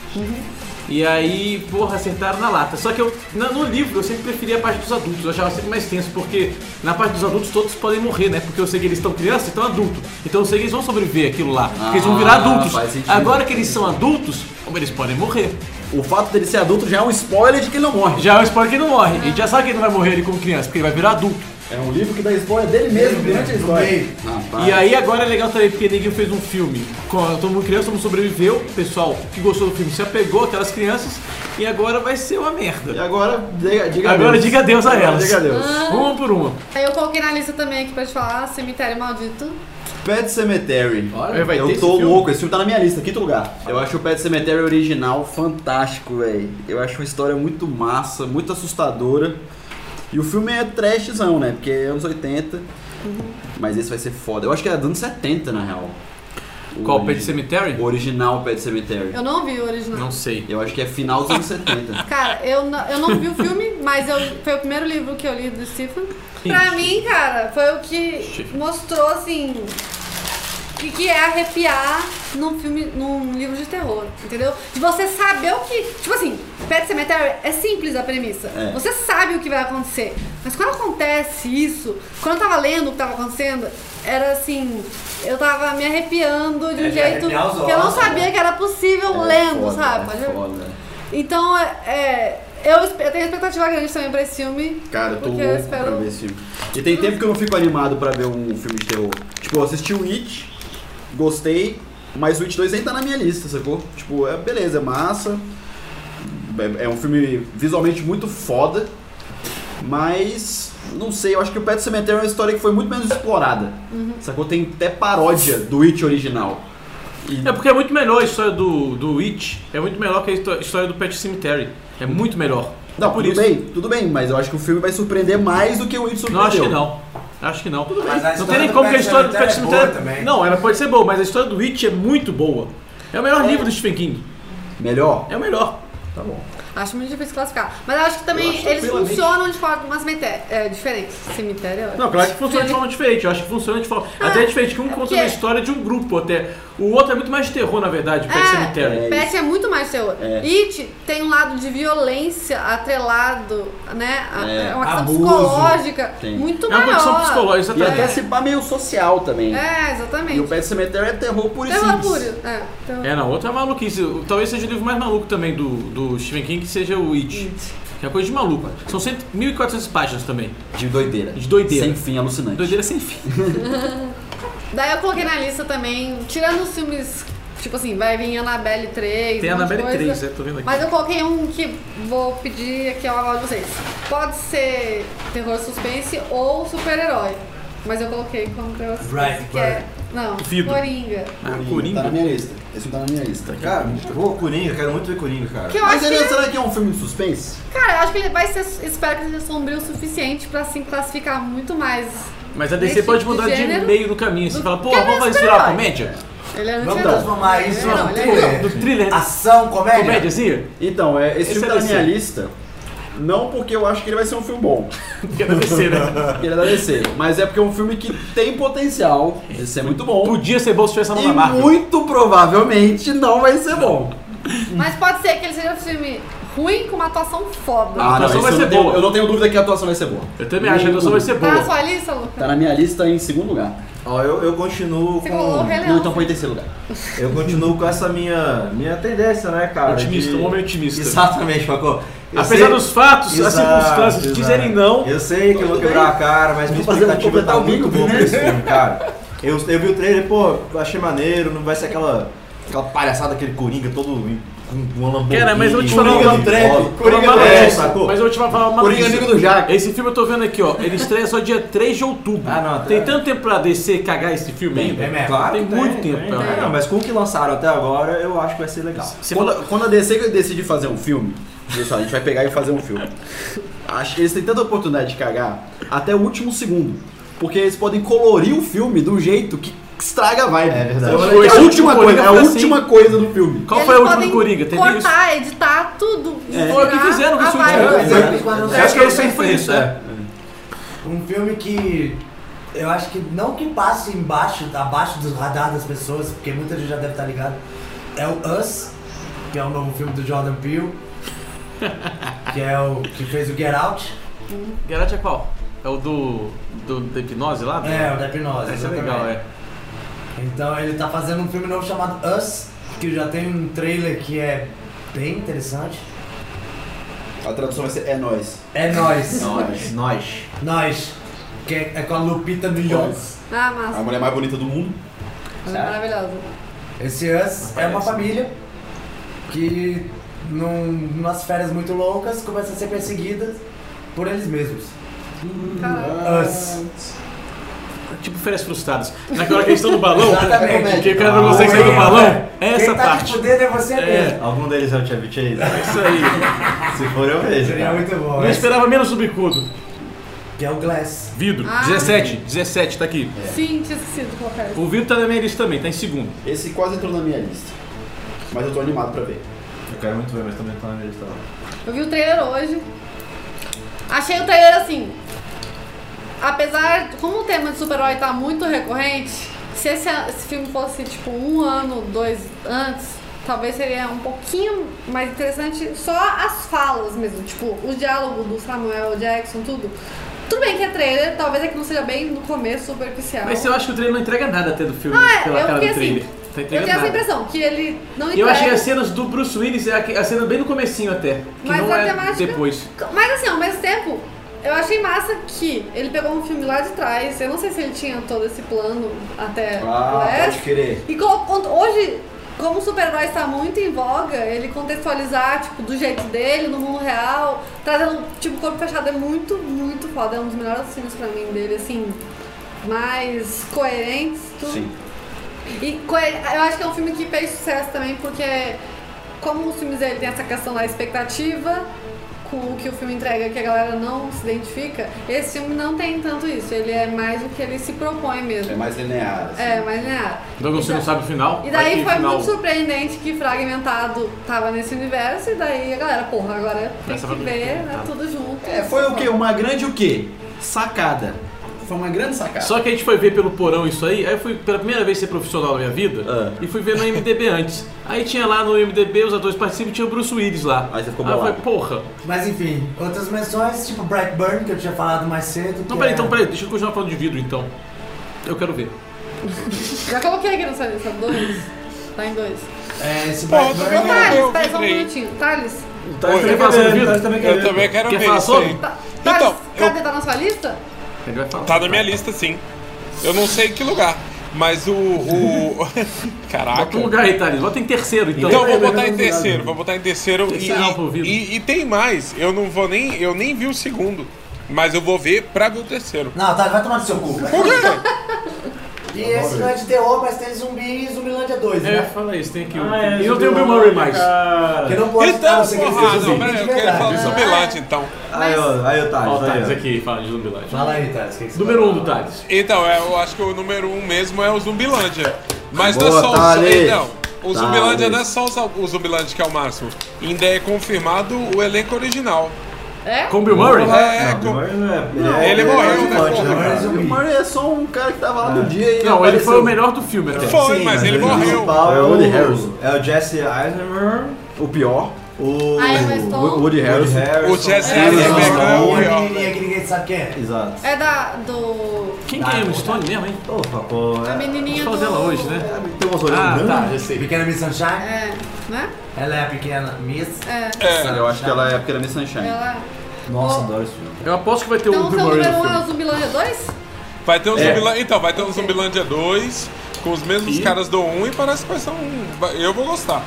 E aí, porra, acertaram na lata. Só que no livro eu sempre preferia a parte dos adultos, eu achava sempre mais tenso, porque na parte dos adultos todos podem morrer, né? Porque eu sei que eles estão crianças e estão adultos. Então eu sei que eles vão sobreviver aquilo lá, porque eles vão virar adultos. faz sentido. Agora que eles são adultos, eles podem morrer. O fato dele ser adulto já é um spoiler de que ele não morre. Já é um spoiler que ele não morre. A gente já sabe que ele não vai morrer ali como criança, porque ele vai virar adulto. É um livro que dá spoiler dele mesmo durante a No história. meio. E aí agora é legal também, porque ninguém fez um filme. Todo mundo criança, todo mundo sobreviveu. O pessoal que gostou do filme se apegou àquelas crianças. E agora vai ser uma E merda. agora, diga Agora adeus. diga adeus a Agora elas. Diga adeus. Uma por uma. Aí eu coloquei na lista também aqui pra te falar, Cemitério Maldito. Pet Cemetery. Olha, vai ter Eu esse tô filme? louco, esse filme tá na minha lista, quinto lugar. Eu acho o Pet Cemetery original fantástico, velho. Eu acho uma história muito massa, muito assustadora. E o filme é trashzão, né? Porque é anos 80. Mas esse vai ser foda. Eu acho que é dos anos 70, na real. Qual, Pet Cemetery? O original Pet Cemetery. Eu não vi o original. Não sei. Eu acho que é final dos anos 70. Cara, eu não vi o filme, mas foi o primeiro livro que eu li do Stephen. Pra mim, cara, foi o que mostrou, assim, o que é arrepiar num livro de terror, entendeu? De você saber o que... Tipo assim, Pet Cemetery é simples a premissa. É. Você sabe o que vai acontecer. Mas quando acontece isso, quando eu tava lendo o que tava acontecendo, era assim... Eu tava me arrepiando de um É, de jeito arrepiar os que eu não ossos, sabia né? que era possível lendo, sabe? Pode ver? Foda. Então, eu tenho expectativa grande também pra esse filme. Cara, eu tô porque louco espero... pra ver esse filme. E tem tempo que eu não fico animado pra ver um filme de terror. Tipo, eu assisti o It, gostei, mas o It 2 nem tá na minha lista, sacou? Tipo, beleza, é massa. É um filme visualmente muito foda, mas não sei, eu acho que o Pet Sematary é uma história que foi muito menos explorada. Sacou? Tem até paródia do It original. É porque é muito melhor a história do It, é muito melhor que a história do Pet Sematary. É muito melhor. Não, tudo bem, mas eu acho que o filme vai surpreender mais do que o It surpreendeu. Não, acho que não. Acho que não. Tudo bem. Mas Não tem nem como que a história do Pet Sematary... também. Não, ela pode ser boa, mas a história do It é muito boa. É o melhor livro do Stephen King. Melhor? É o melhor. Tá bom. Acho muito difícil classificar. Mas eu acho que também eles funcionam de forma diferente. Cemitério. Não, claro que funciona de forma diferente. Eu acho que funciona de forma até diferente. Que um conta uma história de um grupo até. O outro é muito mais de terror, na verdade, o Pet Sematary. Pet é muito mais terror. It tem um lado de violência atrelado, né? É uma questão Abuso. psicológica Sim. muito É uma maior. condição psicológica, E até exatamente. se pá meio social também. Exatamente. E o Pet Sematary é terror puro e Terror simples. puro. Terror. Não, outro é maluquice. Talvez seja o livro mais maluco também do Stephen King, que seja o It. Que é coisa de maluco. São 1.400 páginas também. De doideira. De doideira. Sem fim, alucinante. Doideira sem fim. Daí eu coloquei na lista também, tirando os filmes, tipo assim, vai vir Annabelle 3. Tem um monte de Annabelle coisa. 3, tô vendo aqui. Mas eu coloquei um que vou pedir aqui ao aval de vocês. Pode ser terror suspense ou super-herói. Mas eu coloquei como terror suspense. Right, que é. Não, Vidro. Coringa. Ah, Tá na Coringa. minha lista. Esse não tá na minha lista. Cara, Coringa, quero muito ver Coringa, cara. Que eu Mas acho que. será que é um filme de suspense? Cara, eu acho que ele vai ser. Espero que ele seja sombrio o suficiente pra assim classificar muito mais. Mas a DC Esse pode tipo de mudar de gênero meio do caminho. Você fala, pô, que é vamos fazer isso super-herói. virar comédia? Ele é Vamos anti-herói. transformar isso Ele é num não, ele é thriller. Do thriller. Ação, comédia? Comédiazinha? Então, esse filme é tá na minha DC. lista. Não porque eu acho que ele vai ser um filme bom. Porque é da DC, né? Porque ele é da DC. Mas é porque é um filme que tem potencial de ser muito bom. Podia ser bom se tivesse a mão E na marca. muito provavelmente não vai ser bom. Mas pode ser que ele seja um filme ruim com uma atuação foda. A atuação isso vai eu ser não tenho- boa. Eu não tenho dúvida que a atuação vai ser boa. Eu também acho que a atuação vai ser Tá na boa. sua lista, Lucas? Tá na minha lista em segundo lugar. Ó, eu continuo Você colocou o com. Rei Leão. Não, então põe em terceiro lugar. Eu continuo com essa minha tendência, né, cara? Otimista, um homem otimista. Exatamente, Paco. Eu Apesar sei- dos fatos, as Exato, circunstâncias exato. dizerem não. Eu sei que eu vou quebrar a cara, mas minha Tô fazendo expectativa tá completar o muito bingo, boa né? pra esse filme, cara. Eu vi o trailer, pô, achei maneiro, não vai ser aquela palhaçada, aquele Coringa todo com uma Lamborghini. Cara, mas eu vou te falar Coringa uma- do trap, Uma Coringa maluquice. sacou? Mas eu vou te falar uma Coringa maluquice. amigo do Jack. Esse filme eu tô vendo aqui, ó. Ele estreia só dia 3 de outubro. Ah, não, Tem até- tanto tempo pra DC cagar esse filme ainda. tem mesmo. Claro Tem que muito tempo pra tem. Não, mas com o que lançaram até agora, eu acho que vai ser legal. Quando a DC decide fazer um filme, olha só, a gente vai pegar e fazer um filme. Acho que eles têm tanta oportunidade de cagar até o último segundo. Porque eles podem colorir o filme do jeito que estraga a vibe. É verdade. Então, Foi é a esse última último coisa, é a Coringa foi última coisa do filme. Qual Eles foi a última podem do Coringa? Teve isso? cortar, editar tudo. Foi o que fizeram com esse último. É. Eu acho que ele sempre foi isso, é. Um filme que eu acho que não que passe abaixo dos radar das pessoas, porque muita gente já deve estar ligado, é o Us, que é o novo filme do Jordan Peele, que é o que fez o Get Out. Geralt é qual? É o da hipnose lá? É, o da hipnose. Esse é exatamente. legal, é. Então ele tá fazendo um filme novo chamado Us, que já tem um trailer que é bem interessante. A tradução vai ser É Nós. É Nós. Nós. Que é com a Lupita Nyong'o. Ah, A massa. mulher mais bonita do mundo. Ela é maravilhosa. Esse Us é uma família que, numas férias muito loucas, começa a ser perseguida por eles mesmos. Us. Tipo férias frustradas. Naquela questão do balão, Exatamente. que o cara não consegue sair do balão. É essa Quem tá parte. te fudendo é você É. mesmo. Algum deles é o Chevy Chase? É isso aí. Se for, eu vejo. Seria cara. muito bom. Não Esse esperava menos do bicudo. que é o Glass. Vidro, Ah. 17, tá aqui. Sim, tinha esquecido de colocar isso. O vidro tá na minha lista também, tá em segundo. Esse quase entrou na minha lista. Mas eu tô animado pra ver. Eu quero muito ver, mas também tá na minha lista lá. Eu vi o trailer hoje. Achei o trailer assim. Apesar, como o tema de super-herói tá muito recorrente, se esse filme fosse tipo 1 ano, 2 antes, talvez seria um pouquinho mais interessante só as falas mesmo, tipo, o diálogo do Samuel Jackson, tudo. Tudo bem que é trailer, talvez é que não seja bem no começo, superficial. Mas eu acho que o trailer não entrega nada até do filme pela eu cara do fiquei assim, trailer. tá Eu entregando tenho essa nada. impressão, que ele não E entrega. eu achei as cenas do Bruce Willis, a cena bem no comecinho até, que Mas não a é temática- depois. Mas assim, ao mesmo tempo, eu achei massa que ele pegou um filme lá de trás, eu não sei se ele tinha todo esse plano até o Pode Leste, querer. e colocou, hoje, como o super-herói está muito em voga, ele contextualizar, tipo, do jeito dele, no mundo real, trazendo, tipo, o Corpo Fechado é muito, muito foda, é um dos melhores filmes pra mim dele, assim, mais coerentes, tudo. Sim. E eu acho que é um filme que fez sucesso também, porque como os filmes dele tem essa questão da expectativa com o que o filme entrega, que a galera não se identifica, esse filme não tem tanto isso, ele é mais o que ele se propõe mesmo. É mais linear. Assim. É, mais linear. Então você não sabe o final? E daí Vai que foi final- muito surpreendente que Fragmentado tava nesse universo, e daí a galera, porra, agora tem Essa que foi ver, muito né, tudo junto. É, foi o quê? Uma grande o quê? Sacada. Foi uma grande sacada. Só que a gente foi ver pelo porão isso aí eu fui pela primeira vez ser profissional na minha vida e fui ver no IMDB antes. Aí tinha lá no IMDB, os atores participam e tinha o Bruce Willis lá. Aí você ficou eu falei, bolado. porra. Mas enfim, outras menções, tipo Brightburn, que eu tinha falado mais cedo. Não, que peraí, é- então peraí, deixa eu continuar falando de vidro então. Eu quero ver. Já coloquei aqui nessa lista, 2. Tá em 2. É, esse Pô, Brightburn. tô vendo. Thales, eu peraí só um vidrei. minutinho. Thales, O Thales Oi, também quer falar quer sobre ver, o vidro? Thales também quer Eu ver. também quero Quer ver falar isso sobre? aí. Thales, Então, cadê? Tá na sua lista? Ele vai falar. Tá na minha lista, sim. Eu não sei em que lugar, mas Caraca. Bota um lugar aí, Thales. Bota em terceiro então. Então, vou Vai, vai, botar vai, em vai, terceiro, vai. vou botar em terceiro Terceiro pro vidro. e tem mais, eu nem vi o segundo, mas eu vou ver pra ver o terceiro. Não, tá, vai tomar no seu cu. Por quê? E esse não é de terror, mas tem zumbi e Zumbilândia 2, É, né? fala isso, tem aqui. Ah, E não tem o Bill Murray mais. Que não pode Então, você quer porra, dizer não, zumbi peraí, de eu quero verdade. falar do Zumbilante, então. Aí, o Thales. Ó, o Thales aí, ó. aqui, fala de Zumbilândia. Fala aí, Thales, o que você Número vai 1 do falar? Thales. Então, eu acho que o número 1 mesmo é o Zumbilândia. Mas não é Boa, só Thales. Então, o Thales. Zumbilândia não é só o Zumbilândia que é o máximo. Ainda é confirmado o elenco original. É? Com o Bill Murray? É, Não, com- Bill Murray não é. ele morreu, né, coadjuvante, porra? cara. Zumbi. O Murray é só um cara que tava lá no dia e Não, ele apareceu. foi o melhor do filme até. Foi, Sim, mas ele o morreu. principal É o Woody Harrelson. É o Jesse Eisenberg, O pior. o Ah, é o Stone? O Woody Harrelson. O Jesse É, Eisenberg é, é o E a pior. menininha que ninguém sabe quem é. Exato. É do... Quem que é o Stone mesmo, hein? Opa, pô. A É, menininha Vamos do... falar dela hoje, né? tem umas olhando Ah, grandes. tá, já sei. Pequena Miss Sunshine. É, né? Ela é a pequena Miss. É. Eu acho que ela é porque era Miss Sunshine. Ela... Nossa, Ó, adoro esse filme. Eu aposto que vai ter Então o o Bill seu Murray número no 1 é o filme. Zumbilândia 2? Vai ter um Zumbilândia. Então, vai ter um Zumbilândia 2 com os mesmos E? caras do 1 e parece que vai ser um. Eu vou gostar.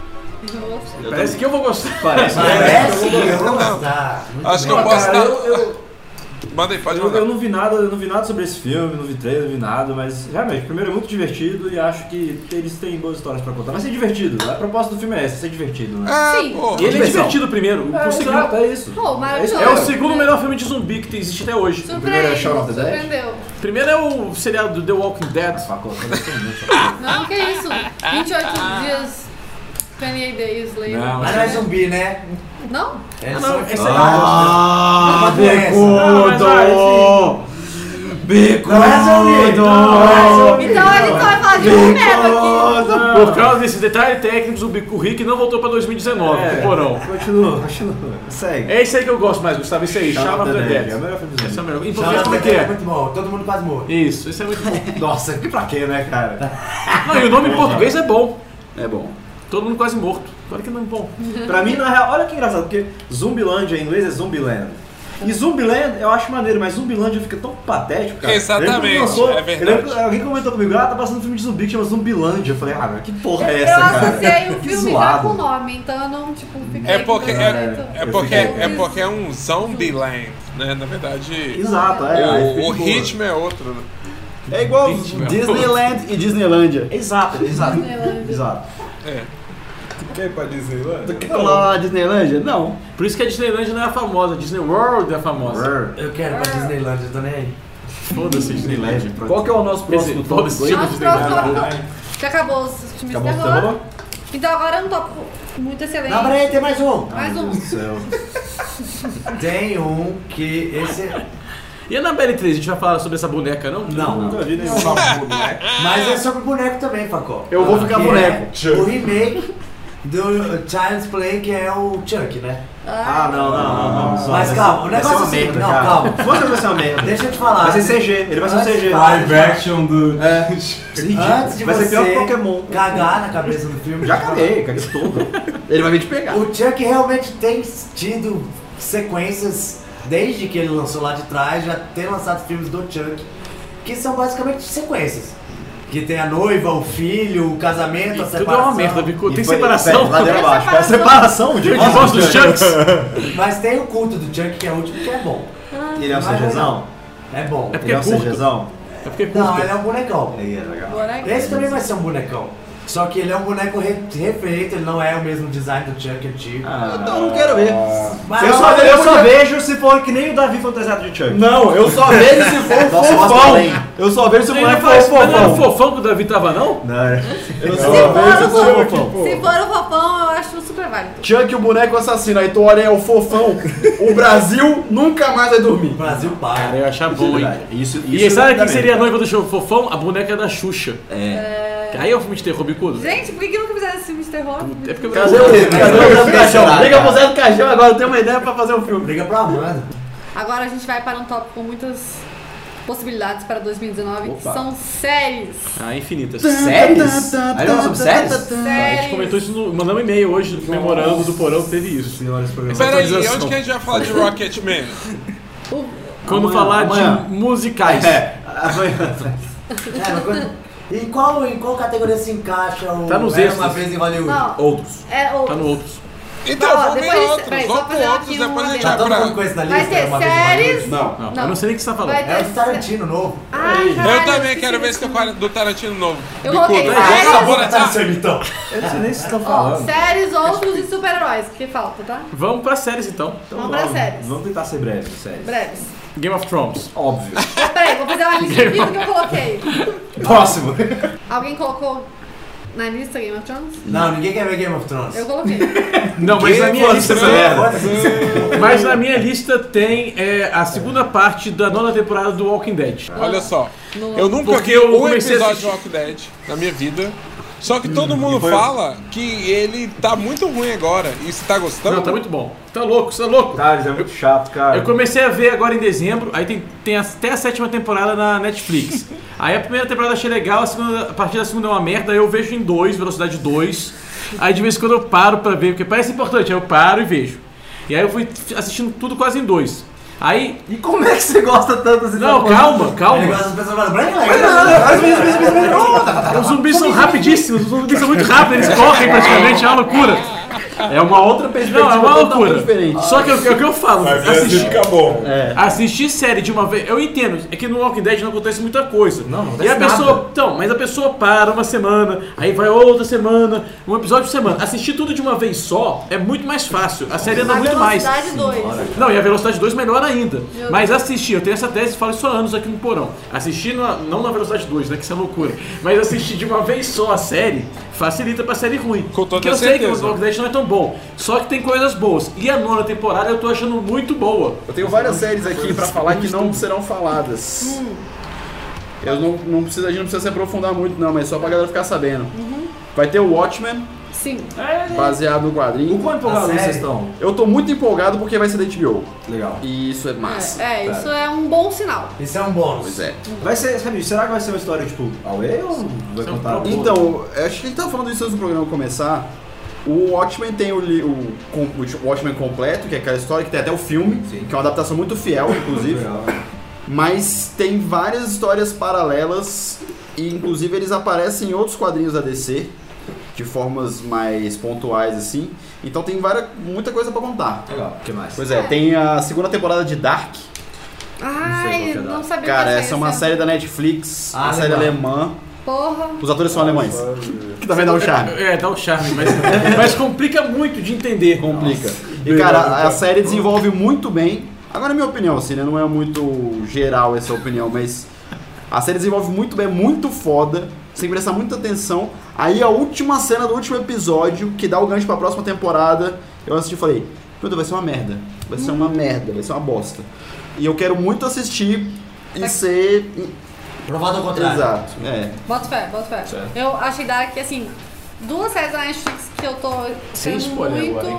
Parece que eu vou gostar. Parece. Parece que eu vou gostar. Muito Acho que bem. eu posso Cara, dar. Manda aí, pode eu mandar. não vi nada sobre esse filme, não vi trailer, não vi nada, mas realmente, primeiro é muito divertido e acho que eles têm boas histórias pra contar. Vai ser divertido, a proposta do filme é essa, ser divertido, né? Sim. Pô, E ele é Diversão. divertido primeiro. É, O segundo- exato, é isso. Pô, maravilhoso. É o segundo melhor filme de zumbi que existe até hoje. O primeiro é Shaun of the Dead? Surpreendeu. Primeiro é o seriado do The Walking Dead. Facota, eu gostei muito. Não, que isso. 28 dias, 28 days later. Não, Mas não é zumbi, né? Não? Eles não, são esse infectados. Ah, Não, mas vai, Bicudo! Não é zumbi. Não é zumbi. Então a gente vai falar de Romero aqui. Por causa desse detalhe técnico, o Rick não voltou pra 2019, pro porão. Continua. Segue. É esse aí que eu gosto mais, Gustavo. Esse aí, Shaun of the Dead. É o melhor filme do Esse é o melhor. Em Shaun português, of como é the que Dead é? muito bom. Todo mundo quase morre. Isso, esse é muito bom. Nossa, que pra quê, né, cara? Não, e o nome em português é bom. É bom. Todo mundo quase morto. Claro que não é bom. Pra mim, na real, olha que engraçado, porque Zumbilândia em inglês é Zumbiland. E Zumbiland eu acho maneiro, mas Zumbilândia fica tão patético, cara. Exatamente, Eu lembro quando é verdade. eu lembro que alguém comentou comigo, tá passando um filme de zumbi que chama Zumbilândia. Eu falei, mas que porra é essa, Eu cara? associei o Que filme já zoado. com o nome, então eu não, tipo, fiquei É porque com preconceito. é porque é um Zombieland, né? Na verdade, Exato, aí fica o de boa. ritmo é outro, né? É igual Ritmo. Disneyland e Disneylândia. Exato. Disneylândia. É. Quer pra Disneyland? Quer colar na Disneylândia? Não. Por isso que a Disneyland não é a famosa, a Disney World é a famosa. Eu quero pra Disneyland, eu tô nem aí. Foda-se, Disneyland. Qual que é o nosso próximo Foda-se, tópico aí? tipo Nosso Disneyland. próximo já acabou os filmes Acabou de o terror. terror? Então agora é um tópico muito excelente. Não, peraí, tem mais um. Mais um. Meu Deus do céu. Tem um que esse... E a Annabelle 3, a gente vai falar sobre essa boneca, não? Não. Nunca vi nenhum. Mas é sobre boneco também, Facó. Eu vou ficar Que boneco. É o remake do Child's Play, que é o Chuck, né? Não. Mas calma, o vai ser negócio uma é assim, merda, não, cara. calma. Fosse vai ser uma merda. Deixa eu te falar. Vai ser CG, ele vai ser um CG. Live action do. Antes de Vai ser pior que você Pokémon. cagar na cabeça do filme. Já caguei todo. Ele vai vir te pegar. O Chuck realmente tem tido sequências, desde que ele lançou lá de trás, já tem lançado filmes do Chuck, que são basicamente sequências. Que tem a noiva, o filho, o casamento, a Tudo é separação. uma merda, Bico. Tem E foi- separação. pera, ladeira abaixo. Tem Separação de Eu gosto dos Chucks. Mas tem o culto do Chuck, que é o último, que é bom. Ele é um Mas CGzão? É bom. É porque Ele é um curto. CGzão? É porque Não, curto. ele é um bonecão. Aí é legal. Esse também vai ser um bonecão. Só que ele é um boneco refeito, ele não é o mesmo design do Chuck antigo. Então eu não quero ver. Mas Eu só vejo se for que nem o Davi fantasiado de Chuck. Não, eu só vejo se for Nossa, mostra fofão. além. Eu só vejo se o Ele moleque faz, for mas não era o fofão. fofão que o Davi tava, não? Não, é. Eu Se só for vejo se o for fofão, fofão. se for o fofão, eu acho super válido. Chuck, o boneco assassino, aí tu olha é o fofão. O Brasil nunca mais vai dormir. o Brasil para. Cara, eu ia achar bom, hein? Isso, E sabe quem também. seria a noiva do show fofão? A boneca da Xuxa. Aí é o filme de terror, Bicudo. Gente, por que nunca fizeram esse filme de terror? É porque Cadê o Zé do Caixão? Cara. Liga pro Zé do Caixão agora, eu tenho uma ideia pra fazer um filme. Liga pra Amanda. Agora a gente vai para um tópico com muitas possibilidades para 2019, que Opa. são séries. Ah, infinitas. Séries? Aí nós somos séries? A gente comentou isso, mandamos um e-mail hoje, comemorando do Porão, teve isso. Essa Peraí, atualização. onde que a gente vai falar de Rocketman? Quando Amanhã, falar amanhã. de musicais. Em qual categoria se encaixa o Tá nos Era extras. Uma Vez em Hollywood? Não, Outros. é outro. Tá no outros. Então, Ó, vamos em depois- outros, peraí, só vamos fazer pro aqui outros, depois a gente uma Tá vai todo mundo pra... com isso na Vai lista? Era ter Uma Vez em séries. Hollywood? Não. Eu não sei nem o que você tá falando. Vai ter É o Tarantino novo. Ai, Eu caralho, também esqueci quero ver desse esse do Tarantino novo. Eu coloquei Bicudo, séries. igual sabor Tá até. no seu então. Eu não sei nem se estão Ó, falando. séries, outros e super-heróis, que falta, tá? Vamos pra séries então. Vamos pra séries. Vamos tentar ser breve, séries. Breves. Game of Thrones. Óbvio. Peraí, vou fazer uma lista de tudo que eu coloquei. Próximo. Alguém colocou na lista Game of Thrones? Não, ninguém quer ver Game of Thrones. Eu coloquei. Não, mas na minha lista. essa merda? Mas na minha lista tem a segunda parte da 9ª temporada do Walking Dead. Olha só, No- eu nunca Porque vi eu um comecei a episódio assistir- de Walking Dead na minha vida. Só que todo mundo fala que ele tá muito ruim agora. E você tá gostando? Não, tá muito bom. Tá louco, você tá louco? Thales, é muito chato, cara. Eu comecei a ver agora em dezembro, aí tem até a 7ª temporada na Netflix. Aí a primeira temporada achei legal, a partir da segunda é uma merda, aí eu vejo em 2, velocidade 2. Aí de vez em quando eu paro pra ver, porque parece importante, aí eu paro e vejo. E aí eu fui assistindo tudo quase em 2. Aí. E como é que você gosta tanto assim? Não, calma, Ele calma. gosta das pessoas falando. Os zumbis são rapidíssimos, os zumbis são muito rápidos, eles correm praticamente, é uma loucura. É uma outra perspectiva Não, é uma totalmente loucura. diferente. Só que é o que eu falo. fica bom. Assistir série de uma vez, eu entendo, é que no Walking Dead não acontece muita coisa. Não E a acontece pessoa, nada. então, mas a pessoa para uma semana, aí vai outra semana, um episódio por semana. Assistir tudo de uma vez só é muito mais fácil. A série anda A muito mais. velocidade 2. Não, e a velocidade 2 melhor ainda. Meu Mas assistir, eu tenho essa tese, falo isso há anos aqui no Porão. Assistir, não na velocidade 2, né, que isso é loucura. Mas assistir de uma vez só a série facilita pra série ruim. Com toda Porque eu sei que o certeza. Walking Dead não é tão bom. Só que tem coisas boas. E a 9ª temporada eu tô achando muito boa. Eu tenho várias séries aqui pra falar que não serão faladas. Eu não precisa, a gente não precisa se aprofundar muito não, mas só pra galera ficar sabendo. Vai ter o Watchmen, Sim. baseado no O quadrinho. quão empolgado série? vocês estão? Eu tô muito empolgado porque vai ser da HBO. Legal. E isso é massa. Isso é um bom sinal. Isso é um bônus. Pois é. Vai ser, sabe, será que vai ser uma história tipo Away ou vai Isso é um contar? problema. Então, acho que a gente tava falando isso antes do programa começar. O Watchmen tem o Watchmen completo, que é aquela história que tem até o filme, Sim. que é uma adaptação muito fiel, inclusive. Legal. Mas tem várias histórias paralelas e inclusive eles aparecem em outros quadrinhos da DC de formas mais pontuais assim. Então tem muita coisa pra contar. Legal. O que mais? Pois é, tem a segunda temporada de Dark. Ai, qual que é não sabia Cara, que ia essa é uma série da Netflix, uma Ah, série legal. alemã. Porra. Os atores são alemães. Que também dá um charme. É, dá um charme, mas complica muito de entender. Complica. E cara, a série desenvolve muito bem. Agora é minha opinião, assim, né? Não é muito geral essa opinião, mas a série desenvolve muito bem, muito foda. Você tem que prestar muita atenção. Aí a última cena do último episódio, que dá o gancho pra próxima temporada, eu assisti e falei, meu Deus, vai ser uma merda. Vai ser uma merda, vai ser uma bosta. E eu quero muito assistir e ser... Provado ao contrário. Exato, é. Bota fé, bota fé. Eu achei Dark, assim, duas séries da Netflix que eu tô Sem sendo spoiler muito agora, hein?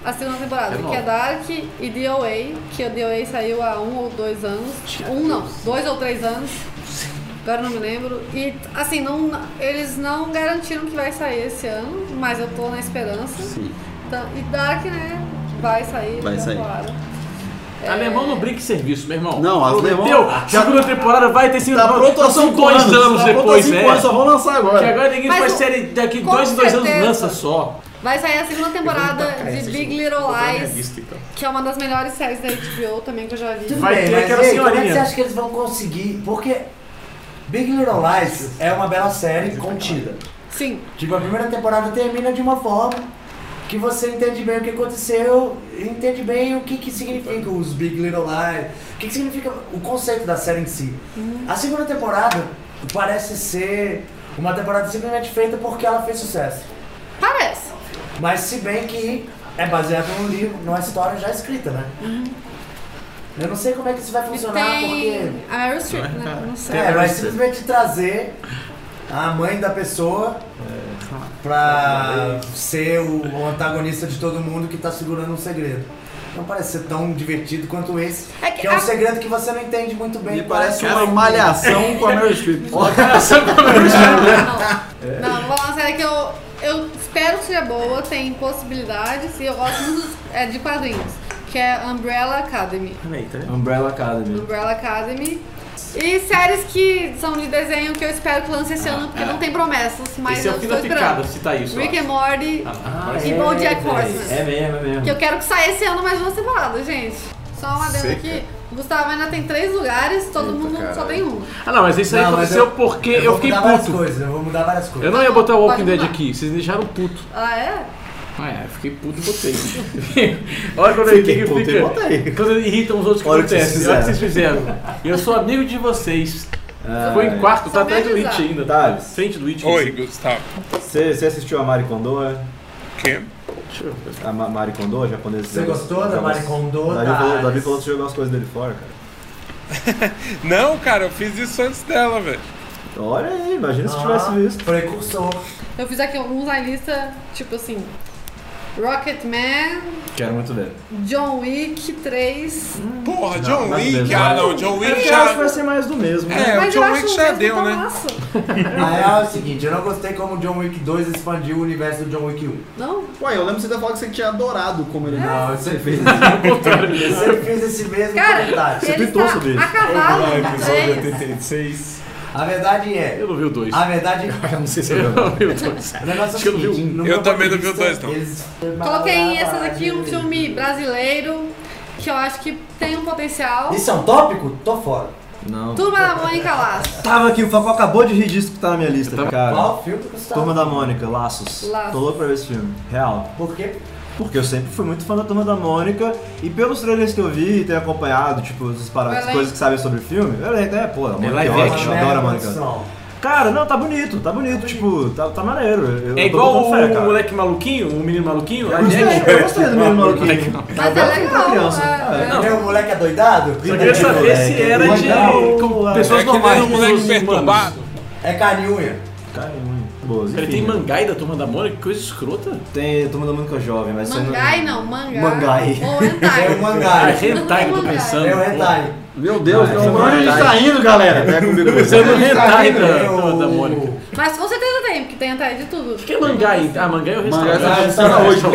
a segunda temporada, que é Dark e DOA, que o DOA saiu há 1 ou 2 anos. 2 ou 3 anos. Agora não me lembro. E assim, eles não garantiram que vai sair esse ano, mas eu tô na esperança. Sim. Então, e Dark, né? Vai sair. Vai sair. Alemão não brinca em serviço, meu irmão. Não, alemão. Segunda temporada vai ter sido. Tá pronto há 5 2 anos depois, né? Só vão lançar agora. Que agora ninguém Mas faz série daqui com 2 em 2 anos certeza. lança só. Vai sair a segunda temporada de Big Little Lies, Realista, então. que é uma das melhores séries da HBO também que eu já vi. Tudo Vai bem, ter mas aquela e aí, como é que senhorinha. você acha que eles vão conseguir? Porque Big Little Lies é uma bela série contida. Sim. Tipo, a primeira temporada termina de uma forma que você entende bem o que aconteceu, entende bem o que significa os Big Little Lies, o que significa o conceito da série em si. A segunda temporada parece ser uma temporada simplesmente feita porque ela fez sucesso. Parece. Mas se bem que é baseado num livro, numa história já escrita, né? Eu não sei como é que isso vai E funcionar, tem a Meryl Streep, né? Não sei. porque vai simplesmente trazer a mãe da pessoa pra ser o antagonista de todo mundo que tá segurando um segredo. Não parece ser tão divertido quanto esse, É que é um segredo que você não entende muito bem. Me qual é parece a uma sua- malhação com a Meryl Streep. Não, vou falar uma série que eu espero que seja boa, tem possibilidades e eu gosto muito de quadrinhos, que é Umbrella Academy. Umbrella Academy. Umbrella Academy. E séries que são de desenho que eu espero que lance esse ano, porque não tem promessas, mas Esse é eu o fim estou da picada, esperando. citar isso. Rick and Morty e BoJack Horseman. É mesmo. Que eu quero que saia esse ano mais 2 temporadas, gente. Só uma adendo aqui. O Gustavo ainda tem 3 lugares, todo mundo só tem um. Ah, não, mas isso aí Não, mas aconteceu eu- porque eu eu vou fiquei mudar várias puto. coisas, eu vou mudar várias coisas. Eu não ia botar o Walking Pode Dead mudar. aqui, vocês me deixaram puto. Ah, é? Eu fiquei puto e botei. Olha quando ele Fiquei puto e fica. botei. Quando ele irritam os outros que Olha o que acontecem. vocês Olha o que vocês fizeram. E eu sou amigo de vocês. Ficou em quarto, tá Só me atrás do avisar. Witch ainda. Thales. Frente do Witch. Oi, Gustavo. Você assistiu a Marie Kondo? Quem? Deixa eu ver. A Marie Kondo, japonesa? Você gostou da Marie Kondo? Davi falou que você jogou as coisas dele fora, cara. Não, cara, eu fiz isso antes dela, velho. Olha aí, imagina se tivesse visto. Precursor. Eu fiz aqui alguns na lista, tipo assim, Rocketman, Quero muito ver. John Wick 3. Porra, John mais Wick. mesmo. Ah, não, John Eu Wick acho que já. vai ser mais do mesmo. né? É, o Mas eu John acho Wick o já mesmo deu, tão né? massa. A real é o seguinte, eu não gostei como o John Wick 2 expandiu o universo do John Wick 1. Não? Ué, eu lembro você ter falado que você tinha adorado como ele Não, você fez Contrário. Você fez esse mesmo Cara, comentário. Você ele tweetou está sobre isso. a cavalo No no episódio 3. 86. A verdade é... Eu não vi o 2. A verdade... Eu não sei se Eu eu não vi o 2. O negócio é o Acho que eu não vi seguinte, no Eu meu também ponto não de vi o vista, 2, não. eles- Coloquei essas aqui um filme brasileiro que eu acho que tem um potencial. Isso é um tópico? Tô fora. Não. Turma da Mônica Laço. Tava aqui, o Faco acabou de rir disso que tá na minha lista, cara. Qual filme que você tá? Turma da Mônica, Laços. Laços. Tô louco pra ver esse filme. Real. Por quê? Porque eu sempre fui muito fã da Turma da Mônica e pelos trailers que eu vi e tenho acompanhado, tipo, as Elenco. coisas que sabem sobre o filme, pô, a Mônica live é action. ótima, eu adoro a Mônica. Cara, não, tá bonito, tipo, tá maneiro. Eu É tô igual botando fé, o cara. moleque maluquinho, o menino maluquinho. Eu live gostei, action. eu gostei do menino maluquinho. Mas é Agora eu fui pra legal. criança. é. Ele é o moleque adoidado? Só queria saber se era de Legal. pessoas É que normais, nem um moleque pessoas perturbado. humanas. É carne-unha. Cara, boas, Ele enfim. tem Mangai da Turma da Mônica, que coisa escrota. Tem Turma da Mônica jovem, mas isso aí Mangai não, mangá. Mangai. Ou É hentai. o Ah, mangá. hentai que eu tô pensando. É o hentai. Meu Deus, Ah, não, esse onde a gente é tá indo, galera? É comigo Tô pensando no hentai É da o- Turma da Mônica. Mas com certeza tem, porque tem hentai de tudo. O que é Mangai? Ah, Mangai é o Mangá restaurante. essa tá hoje,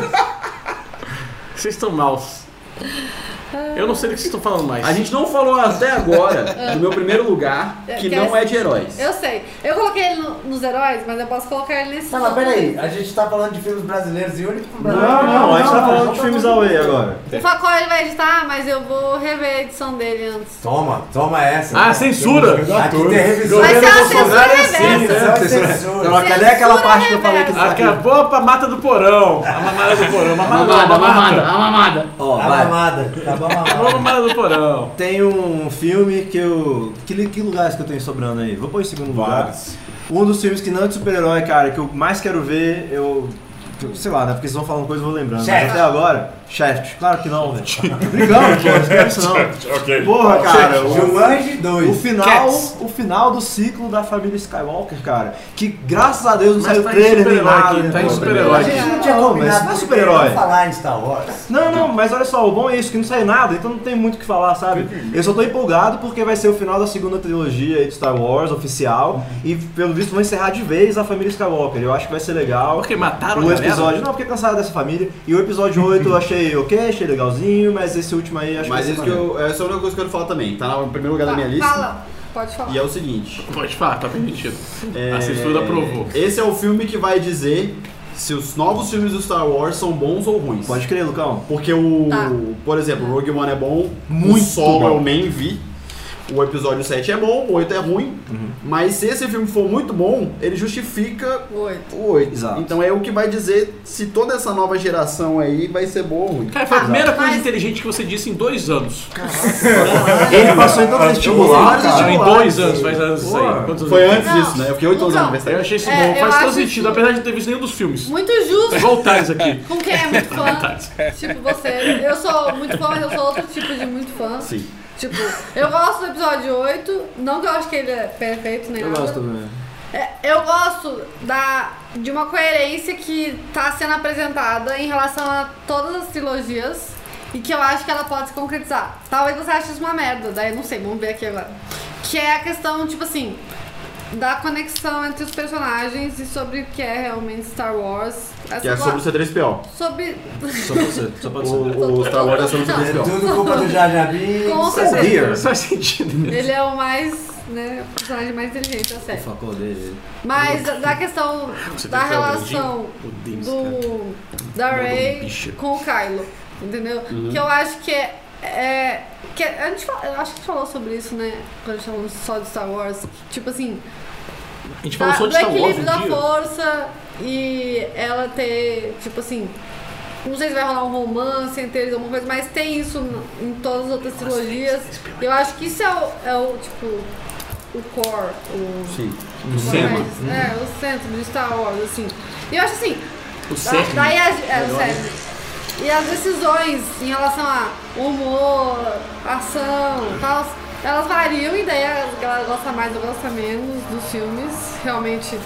Vocês estão maus. Eu não sei do que vocês estão falando mais. A gente não falou até agora do meu primeiro lugar, que não é de heróis. Eu sei. Eu coloquei ele nos heróis, mas eu posso colocar ele nesse. Tá, mas peraí, a gente tá falando de filmes brasileiros e o único Não, a gente tá falando de filmes away agora. O Facol ele vai editar, mas eu vou rever a edição dele antes. Toma essa. Ah, censura! Aqui tem revisão. Vai ser uma Bolsonaro é censura assim, reversa. né? Censura. Não, cadê aquela parte que eu falei que isso aqui? Acabou pra mata do porão. A mamada do porão. A mamada. Ó, A vai. mamada. Acabou a Acabou a mamada. mamada do porão. Tem um filme que eu... Que lugares que eu tenho sobrando aí? Vou pôr em segundo lugar. Vários. Um dos filmes que não é de super-herói, cara, que eu mais quero ver, sei lá, né? Porque vocês vão falando coisa e eu vou lembrando. Mas Certo. até agora, Shaft, claro que não, velho. Brigando, pô, não esquece isso não. Ok. Porra, cara, Jumanji 2. o final do ciclo da família Skywalker, cara. Que graças a Deus não Mas saiu tá em trailer nem super-herói nada. aqui, né, tá em pô, super-herói. A gente não tinha Não, mas combinado não é porque super-herói. não falar em Star Wars. Não, mas olha só, o bom é isso, que não saiu nada, então não tem muito o que falar, sabe? Eu só tô empolgado porque vai ser o final da segunda trilogia aí de Star Wars, oficial, e pelo visto vão encerrar de vez a família Skywalker. Eu acho que vai ser legal. Porque mataram O a episódio, galera? não, porque cansaram dessa família. E o episódio 8 eu achei ok, achei legalzinho, mas esse último aí acho Mas que isso vai ser maneiro. essa é a única coisa que eu quero falar também. Tá no primeiro lugar da minha lista. Fala, pode falar. E é o seguinte. Pode falar, tá permitido. A censura aprovou. Esse é o filme que vai dizer se os novos filmes do Star Wars são bons ou ruins. Pode crer, Lucão. Porque Tá. por exemplo, o Rogue One é bom, Muito o Solo bom. eu nem vi. O episódio 7 é bom, o 8 é ruim. Mas se esse filme for muito bom, ele justifica Oito. o 8. Exato. Então é o que vai dizer se toda essa nova geração aí vai ser boa ou ruim. Cara, foi a primeira coisa Mas- inteligente que você disse em 2 anos. Ele passou em todo Eu vou vestibular, vários cara. Em vestibulares. 2 anos, faz anos isso aí. Pô, Quantos anos Foi ele tem? antes Não. disso, né? Eu fiquei 8 anos na Lucão, universidade. Eu achei isso É, bom, eu faz todo acho sentido, isso- apesar de não ter visto nenhum dos filmes. Muito justo Voltares aqui. com quem é muito fã. Tipo você. Eu sou muito fã, mas eu sou outro tipo de muito fã. Sim. Tipo, eu gosto do episódio 8. Não que eu acho que ele é perfeito nem Eu nada. gosto também. Eu gosto de uma coerência que tá sendo apresentada em relação a todas as trilogias e que eu acho que ela pode se concretizar. Talvez você ache isso uma merda, daí eu não sei, vamos ver aqui agora. Que é a questão, tipo assim, da conexão entre os personagens e sobre o que é realmente Star Wars. Que é sobre o C3PO. Sobre... Só pode ser, só pode ser. O Star Wars é sobre o É C3PO. tudo culpa do Jar Jar Binks. Com Oh, certeza. dear. Não faz sentido. Ele é o mais, né, o personagem mais inteligente da série. O facão dele. Mas da questão Você da tem que ver o relação Grandinho? O Deans, da Mandou um Rey bicho. com o Kylo, entendeu? Que eu acho que que a gente eu acho que a gente falou sobre isso, né? Quando a gente falou só de Star Wars, tipo assim, A gente falou só de do Star Wars equilíbrio um da dia. força e ela ter, tipo assim, não sei se vai rolar um romance entre eles, alguma coisa, mas tem isso em todas as outras trilogias. Eu acho que isso é o tipo, o core, Sim. O Sema. o centro de Star Wars, assim. E eu acho assim, O Cerne. daí o cerne. E as decisões em relação a humor, ação e tal, elas variam e daí a galera gosta mais ou gosta menos dos filmes. Realmente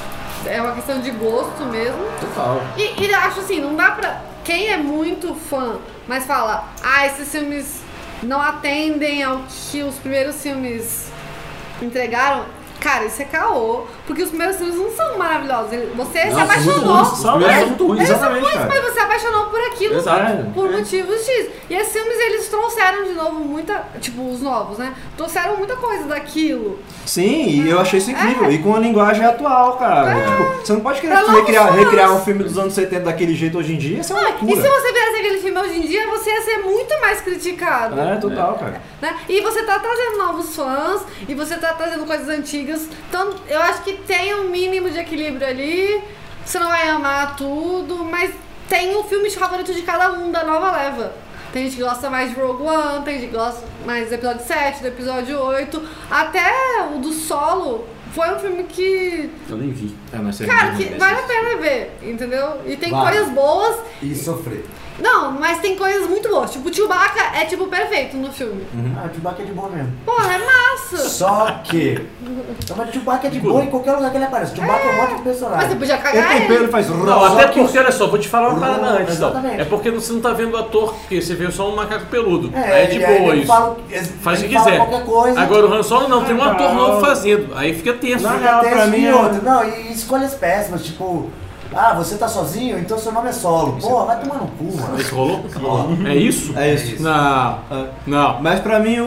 é uma questão de gosto mesmo. Total. E acho assim, não dá pra. Quem é muito fã, mas fala, esses filmes não atendem ao que os primeiros filmes entregaram. Cara, isso é caô, porque os primeiros filmes não são maravilhosos. Você se apaixonou. Os primeiros são muito ruins. Exatamente, cara. Mas você se apaixonou por aquilo Exato. por motivos X. E esses filmes, eles trouxeram de novo muita... Tipo, os novos, né? Trouxeram muita coisa daquilo. Sim, e eu achei isso incrível. E com a linguagem atual, cara. Tipo, você não pode querer Pra novos fãs. recriar um filme dos anos 70 daquele jeito hoje em dia, isso é uma E se loucura. você fizesse aquele filme hoje em dia, você ia ser muito mais criticado. É, total, cara. Né? E você tá trazendo novos fãs, e você tá trazendo coisas antigas. Então, eu acho que tem um mínimo de equilíbrio ali. Você não vai amar tudo, mas tem um filme favorito de cada um da nova leva. Tem gente que gosta mais de Rogue One, tem gente que gosta mais do episódio 7, do episódio 8. Até o do Solo foi um filme que, Eu nem vi. É, mas você cara, que vale a pena ver, entendeu? E tem Vale. coisas boas. E sofrer. Não, mas tem coisas muito boas. Tipo, o Chewbacca é tipo perfeito no filme. Ah, o Chewbacca é de boa mesmo. Porra, é massa. Só que... Não, mas o Chewbacca é de boa em qualquer lugar que ele aparece. O Chewbacca é um ótimo Mas você personagem. podia Ele cagar tem pelo, ele. ele faz... Não, até porque, olha só, vou te falar uma Não, parada antes, então. exatamente. É porque você não tá vendo o ator, porque você vê só um macaco peludo. Aí é de ele boa ele isso. fala- Faz o que ele fala quiser. qualquer coisa. Agora o Han Solo não, tem um ator Não. novo fazendo. Aí fica tenso. Na né? real, Tem pra esse mim e é- outro. Não, e escolhas péssimas, tipo... você tá sozinho, então seu nome é Solo. Pô, vai tomar no cu, mano. Isso rolou? É isso? É isso. Não. Não. Mas pra mim,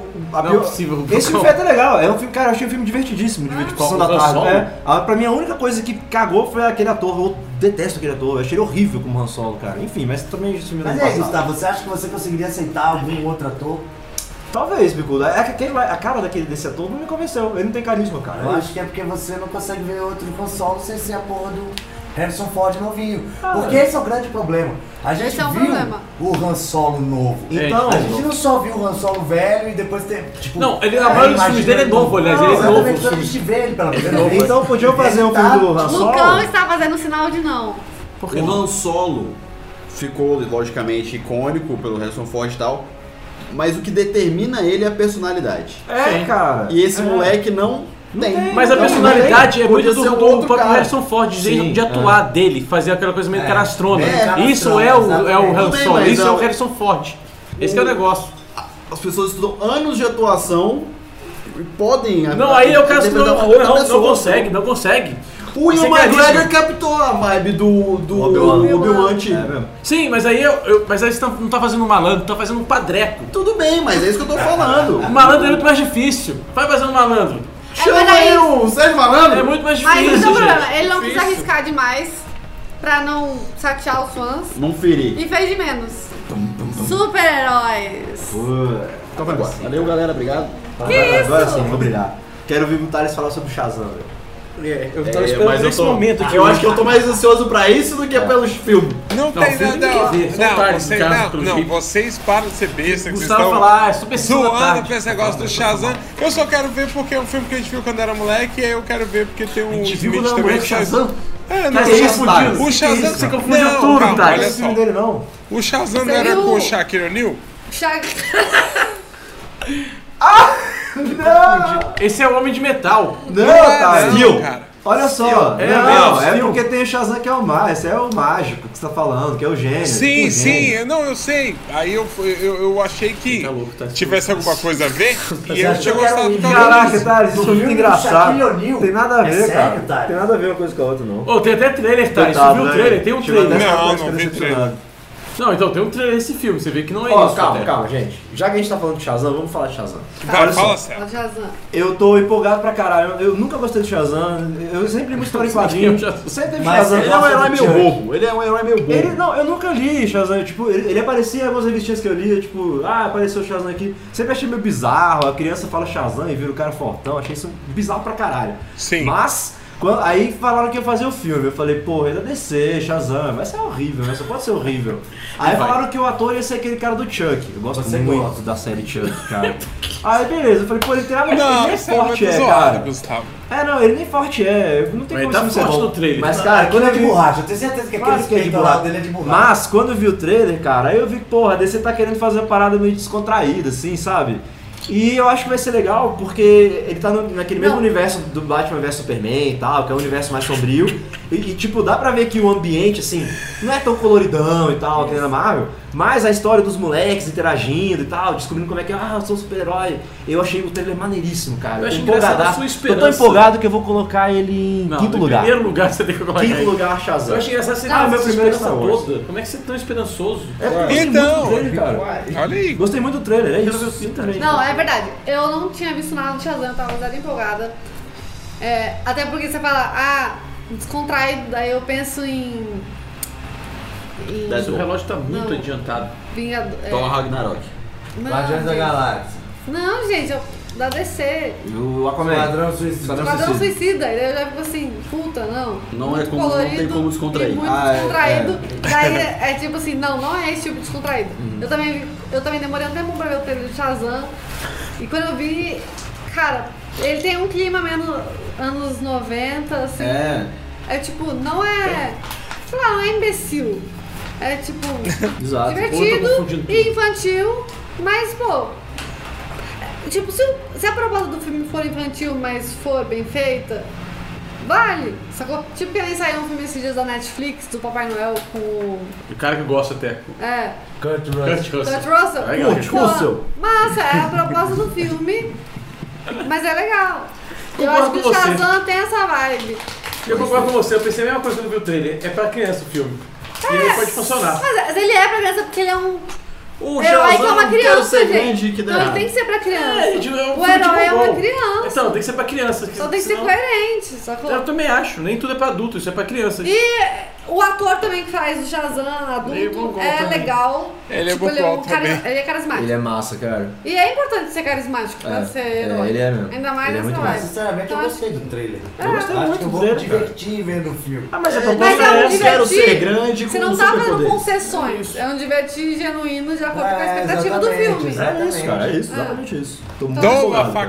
a Não é pior- possível. Esse filme foi até legal. É um filme, cara, eu achei um filme divertidíssimo, de Sessão da o Han Tarde. Solo? Pra mim, a única coisa que cagou foi aquele ator. Eu detesto aquele ator. Eu achei ele horrível como Han Solo, cara. Enfim, mas também esse filme Mas não e aí, passava. Gustavo, você acha que você conseguiria aceitar algum outro ator? Talvez, Bicuda. É que a cara desse ator não me convenceu. Ele não tem carisma, cara. Eu acho que é porque você não consegue ver outro Han Solo sem ser a porra do Harrison Ford novinho. Porque esse é o grande problema. A gente Esse é o viu problema. o Han Solo novo. Então, A gente não só viu o Han Solo velho e depois tem, tipo... Não, ele- a maioria dos filmes dele é novo, aliás, ele é novo, Exatamente, os quando a filmes. gente vê ele pela primeira vez. então podiam fazer um ele filme tá- do Han Solo. Lucão está fazendo sinal de não. Por que O não? Han Solo ficou, logicamente, icônico pelo Harrison Ford e tal. Mas o que determina ele é a personalidade. É, cara. E esse moleque não tem. Mas a personalidade é muito Podia ser um do outro próprio cara. Harrison Ford, de atuar dele, fazer aquela coisa meio canastrona. É, Isso é o exatamente. Han Tudo bem, Solo, mas isso é o Harrison Ford. Esse que é o negócio. As pessoas estudam anos de atuação e podem... Não, aí eu quero interpretar uma outra não pessoa. não consegue. O Ian Você McGregor captou a vibe do Obi-Wan antigo. É mesmo. Sim, mas aí mas aí você não tá fazendo um malandro, tá fazendo um padreco. Tudo bem, mas é isso que eu tô falando. O malandro é muito mais difícil. Vai fazendo um malandro. Chama mas aí aí- o Sérgio Malandro. É muito mais Mas difícil, esse é o gente. problema, ele não quis Difícil. arriscar demais pra não chatear os fãs Não ferir. e fez de menos. Super-heróis. Então vai embora. Valeu, galera. Obrigado. Agora sim, vou brilhar. Quero ouvir o Thales falar sobre o Shazam, velho. Eu tava esperando por esse momento aqui. Eu acho que eu tô mais ansioso pra isso do que pelos filmes. Não tem filme nada. tem que ver, só tarde em casa, pelo jeito. Vocês param de ser besta, que vocês Gustavo estão falar, é super zoando tarde. pra esse negócio do Shazam. Eu só quero ver porque é um filme que a gente viu quando era moleque, e aí eu quero ver porque tem um A gente viu Smith quando era também moleque que faz- Shazam? É, não, Mas o você Shazam- confundiu. o Shazam. Você confundiu não, tudo, calma, tá? olha Não é só. filme dele, não. O Shazam não Você era viu? com o Shaquille O'Neal? Esse é o Homem de Metal. Não, é, Thales. não, cara. Olha só. É não, mesmo, é Steel. porque tem o Shazam que é o mágico. Esse é o mágico que você tá falando, que é o gênio. Sim, o gênio. sim, não, eu sei. Aí eu achei que Tá louco, tá tivesse alguma coisa a ver e eu achou tinha que era gostado um do Caraca, Caraca, Thales, isso foi muito filme do engraçado. Shaquille O'Neal. Tem nada a É ver, sério, cara. Thales? Tem nada a ver uma coisa com a outra, não. Ô, tem até trailer, tá? Você Coitado, viu o né? trailer? Tem um Tive até trailer. essa Não, coisa não vi decepcionado. Não, então tem um trailer desse filme. Você vê que não é Ó, isso. calma, até. calma, gente. Já que a gente tá falando de Shazam, vamos falar de Shazam. Vai, Olha só. fala sério. Ó, Shazam. Eu tô empolgado pra caralho. Eu nunca gostei do Shazam. Eu sempre li uma história em quadrinho. Sempre teve Mas Shazam. Ele é um herói meio Chuck. bobo. Ele é um herói meio bobo. Ele, não, eu nunca li Shazam, tipo, ele aparecia em algumas revistinhas que eu lia, tipo, apareceu o Shazam aqui. Sempre achei meio bizarro, a criança fala Shazam e vira o cara fortão, achei isso bizarro pra caralho. Sim. Mas, aí falaram que ia fazer o filme, eu falei, porra, é da DC, Shazam, vai ser horrível, né? Só pode ser horrível. Aí falaram que o ator ia ser aquele cara do Chuck, eu gosto Você muito gosta. da série Chuck, cara. Aí beleza, eu falei, pô, ele tem nada, ele Não, nem isso é forte muito é, zoado, cara. Gustavo. Não, ele nem forte é, não tem Mas como tá isso ser forte bom. no trailer. Mas, cara, Aquilo quando é eu de vi... borracha, eu tenho certeza que Claro aquele que é de peito lá borracha. dele é de borracha. Mas quando eu vi o trailer, cara, aí eu vi que, porra, a DC tá querendo fazer uma parada meio descontraída, assim, sabe? E eu acho que vai ser legal porque ele tá naquele mesmo universo do Batman vs Superman e tal, que é um universo mais sombrio. Tipo, dá pra ver que o ambiente, assim, não é tão coloridão e tal, que nem na Marvel, mas a história dos moleques interagindo e tal, descobrindo como é que, eu sou um super-herói. Eu achei o trailer maneiríssimo, cara. Eu acho Tô engraçado a empolgadaço. sua Eu esperança. tô empolgado que eu vou colocar ele em Não, quinto em lugar. primeiro lugar você tem que colocar Quinto ele. lugar, Shazam. Eu achei engraçado você meu essa primeiro é esperança Star Wars. toda. Como é que você é tão esperançoso? É porque eu gostei Então, muito do trailer, cara. Olha aí. Gostei muito do trailer, é Quero ver o isso. filme também. Não, é verdade. Eu não tinha visto nada do Shazam, eu tava zero empolgada. Até porque você fala, descontraído, daí eu penso em. Mas o relógio tá muito Não. adiantado. Vingador. Thor Ragnarok. Guardiões da gente. Galáxia. Não, gente, da DC. E o Aquaman. Padrão Suicida. Esquadrão Suicida. E daí eu já fico assim, puta, não. Não Muito é como- não colorido tem como descontrair. e muito descontraído. Daí é tipo assim, não é esse tipo de descontraído. Eu também demorei um tempo pra ver o trailer do Shazam. E quando eu vi, cara, ele tem um clima menos anos 90, assim. É tipo, não é. Sei lá, não é imbecil. É tipo. Exato. Ou eu tô Divertido confundindo tudo. e infantil, mas pô. Tipo, se a proposta do filme for infantil, mas for bem feita, vale, sacou? Tipo que nem saiu um filme esses dias da Netflix, do Papai Noel com o... O cara que gosta até. Kurt Russell. Kurt Russell. Kurt Russell. Legal. Kurt Russell. Massa, é a proposta do filme, mas é legal. Eu Concordo acho que com o você. Shazam tem essa vibe. Eu concordo com você, eu pensei a mesma coisa quando vi o trailer. É pra criança o filme. E ele pode funcionar. Mas ele é pra criança porque ele é um O herói que é uma Shazam quer criança, ser gente. grande que dá Então ele errado. tem que ser pra criança. É, gente, é um O filme de herói é uma bobão. criança. Então, tem que ser pra criança. Só tem que ser senão- coerente, sacou? Eu também acho, nem tudo é pra adulto, isso é pra criança. E o ator também que faz o Shazam Ele é adulto bom é também. legal. Ele é tipo, bom ele é também. ele é carismático. Ele é massa, cara. E é importante ser carismático pra ser herói. ele é mesmo. Ainda mais Ele é nessa muito Mas vibe. sinceramente eu Então, gostei do trailer. Eu gostei Acho muito que eu do vou me trailer, cara. divertir vendo o filme. Mas a Mas proposta é um essa. quero divertir. ser grande Você com não tá fazendo superpoder. concessões. É um divertir genuíno de acordo com a É, expectativa do exatamente, filme. exatamente. É isso, cara, é isso, exatamente isso. Tô muito Doa empolgado, cara. facó.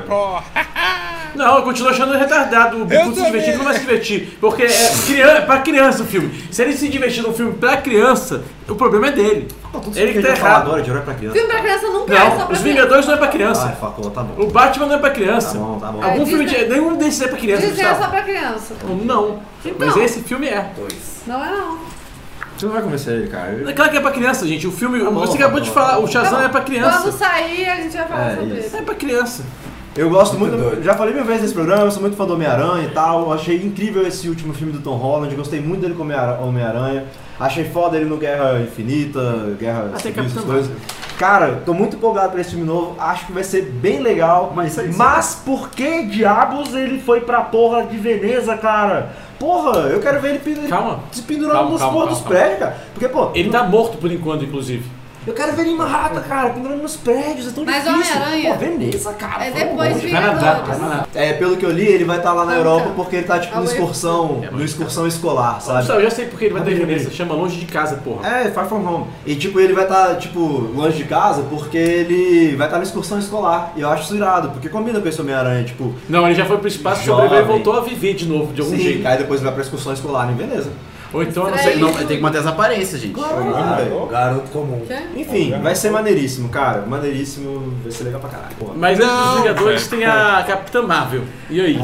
Não, eu continuo achando retardado. O Bicudo se divertir, não vai se divertir. Porque é pra criança o filme. Se ele se divertir num filme pra criança, o problema é dele. Ele que tá errado. Agora de herói pra criança. Filme pra criança nunca é só Não, pra os Vingadores não é pra Ai, criança. facou, tá bom. O Batman não é pra criança. Tá bom. Algum filme Disney- nenhum desses é pra criança. Disney é Gustavo. só pra criança. Não. Então. Mas esse filme é. Não é não. Você não vai convencer ele, cara. É claro que é pra criança, gente. O filme. bom, você tá acabou bom. de falar, o Shazam é pra Quando criança. sair, a gente vai falar É, sobre isso. isso. É pra criança. Eu gosto muito, doido. já falei mil vezes nesse programa, eu sou muito fã do Homem-Aranha e tal. Eu achei incrível esse último filme do Tom Holland, gostei muito dele como Homem-Aranha. Achei foda ele no Guerra Infinita, Guerra Até Civil, Capitão essas coisas. Cara, tô muito empolgado pra esse filme novo, acho que vai ser bem legal. Mas por que diabos ele foi pra porra de Veneza, cara? Porra, eu quero ver ele Calma. se pendurando Calma, nos calma, porra dos calma. prédios, cara. Porque, pô, Ele tá morto por enquanto, inclusive. eu quero ver ele em Manhattan, cara, pendurando nos prédios, é tão Mas difícil. Homem-Aranha- Pô, Veneza, cara. É por favor. depois de Vingadores. É, pelo que eu li, ele vai estar lá na Não, Europa cara. porque ele tá tipo numa excursão, numa excursão escolar, sabe? Eu já sei porque ele vai ter Onde Veneza. ele? Chama longe de casa, porra. É, Far From Home. E tipo, ele vai estar, tipo, longe de casa porque ele vai estar na excursão escolar. E eu acho isso irado, porque combina com esse Homem-Aranha, tipo... Não, ele já foi pro espaço, Jovem. sobreviveu e voltou a viver de novo, de algum Sim, jeito. aí depois ele vai pra excursão escolar em Veneza. Ou então, eu não Estranho. sei. Não, tem que manter as aparências, gente. Garoto comum. Quê? Enfim, vai ser maneiríssimo, cara. Maneiríssimo, vai ser legal pra caralho. Porra. Mas antes dos Vingadores tem a Capitã Marvel. E aí?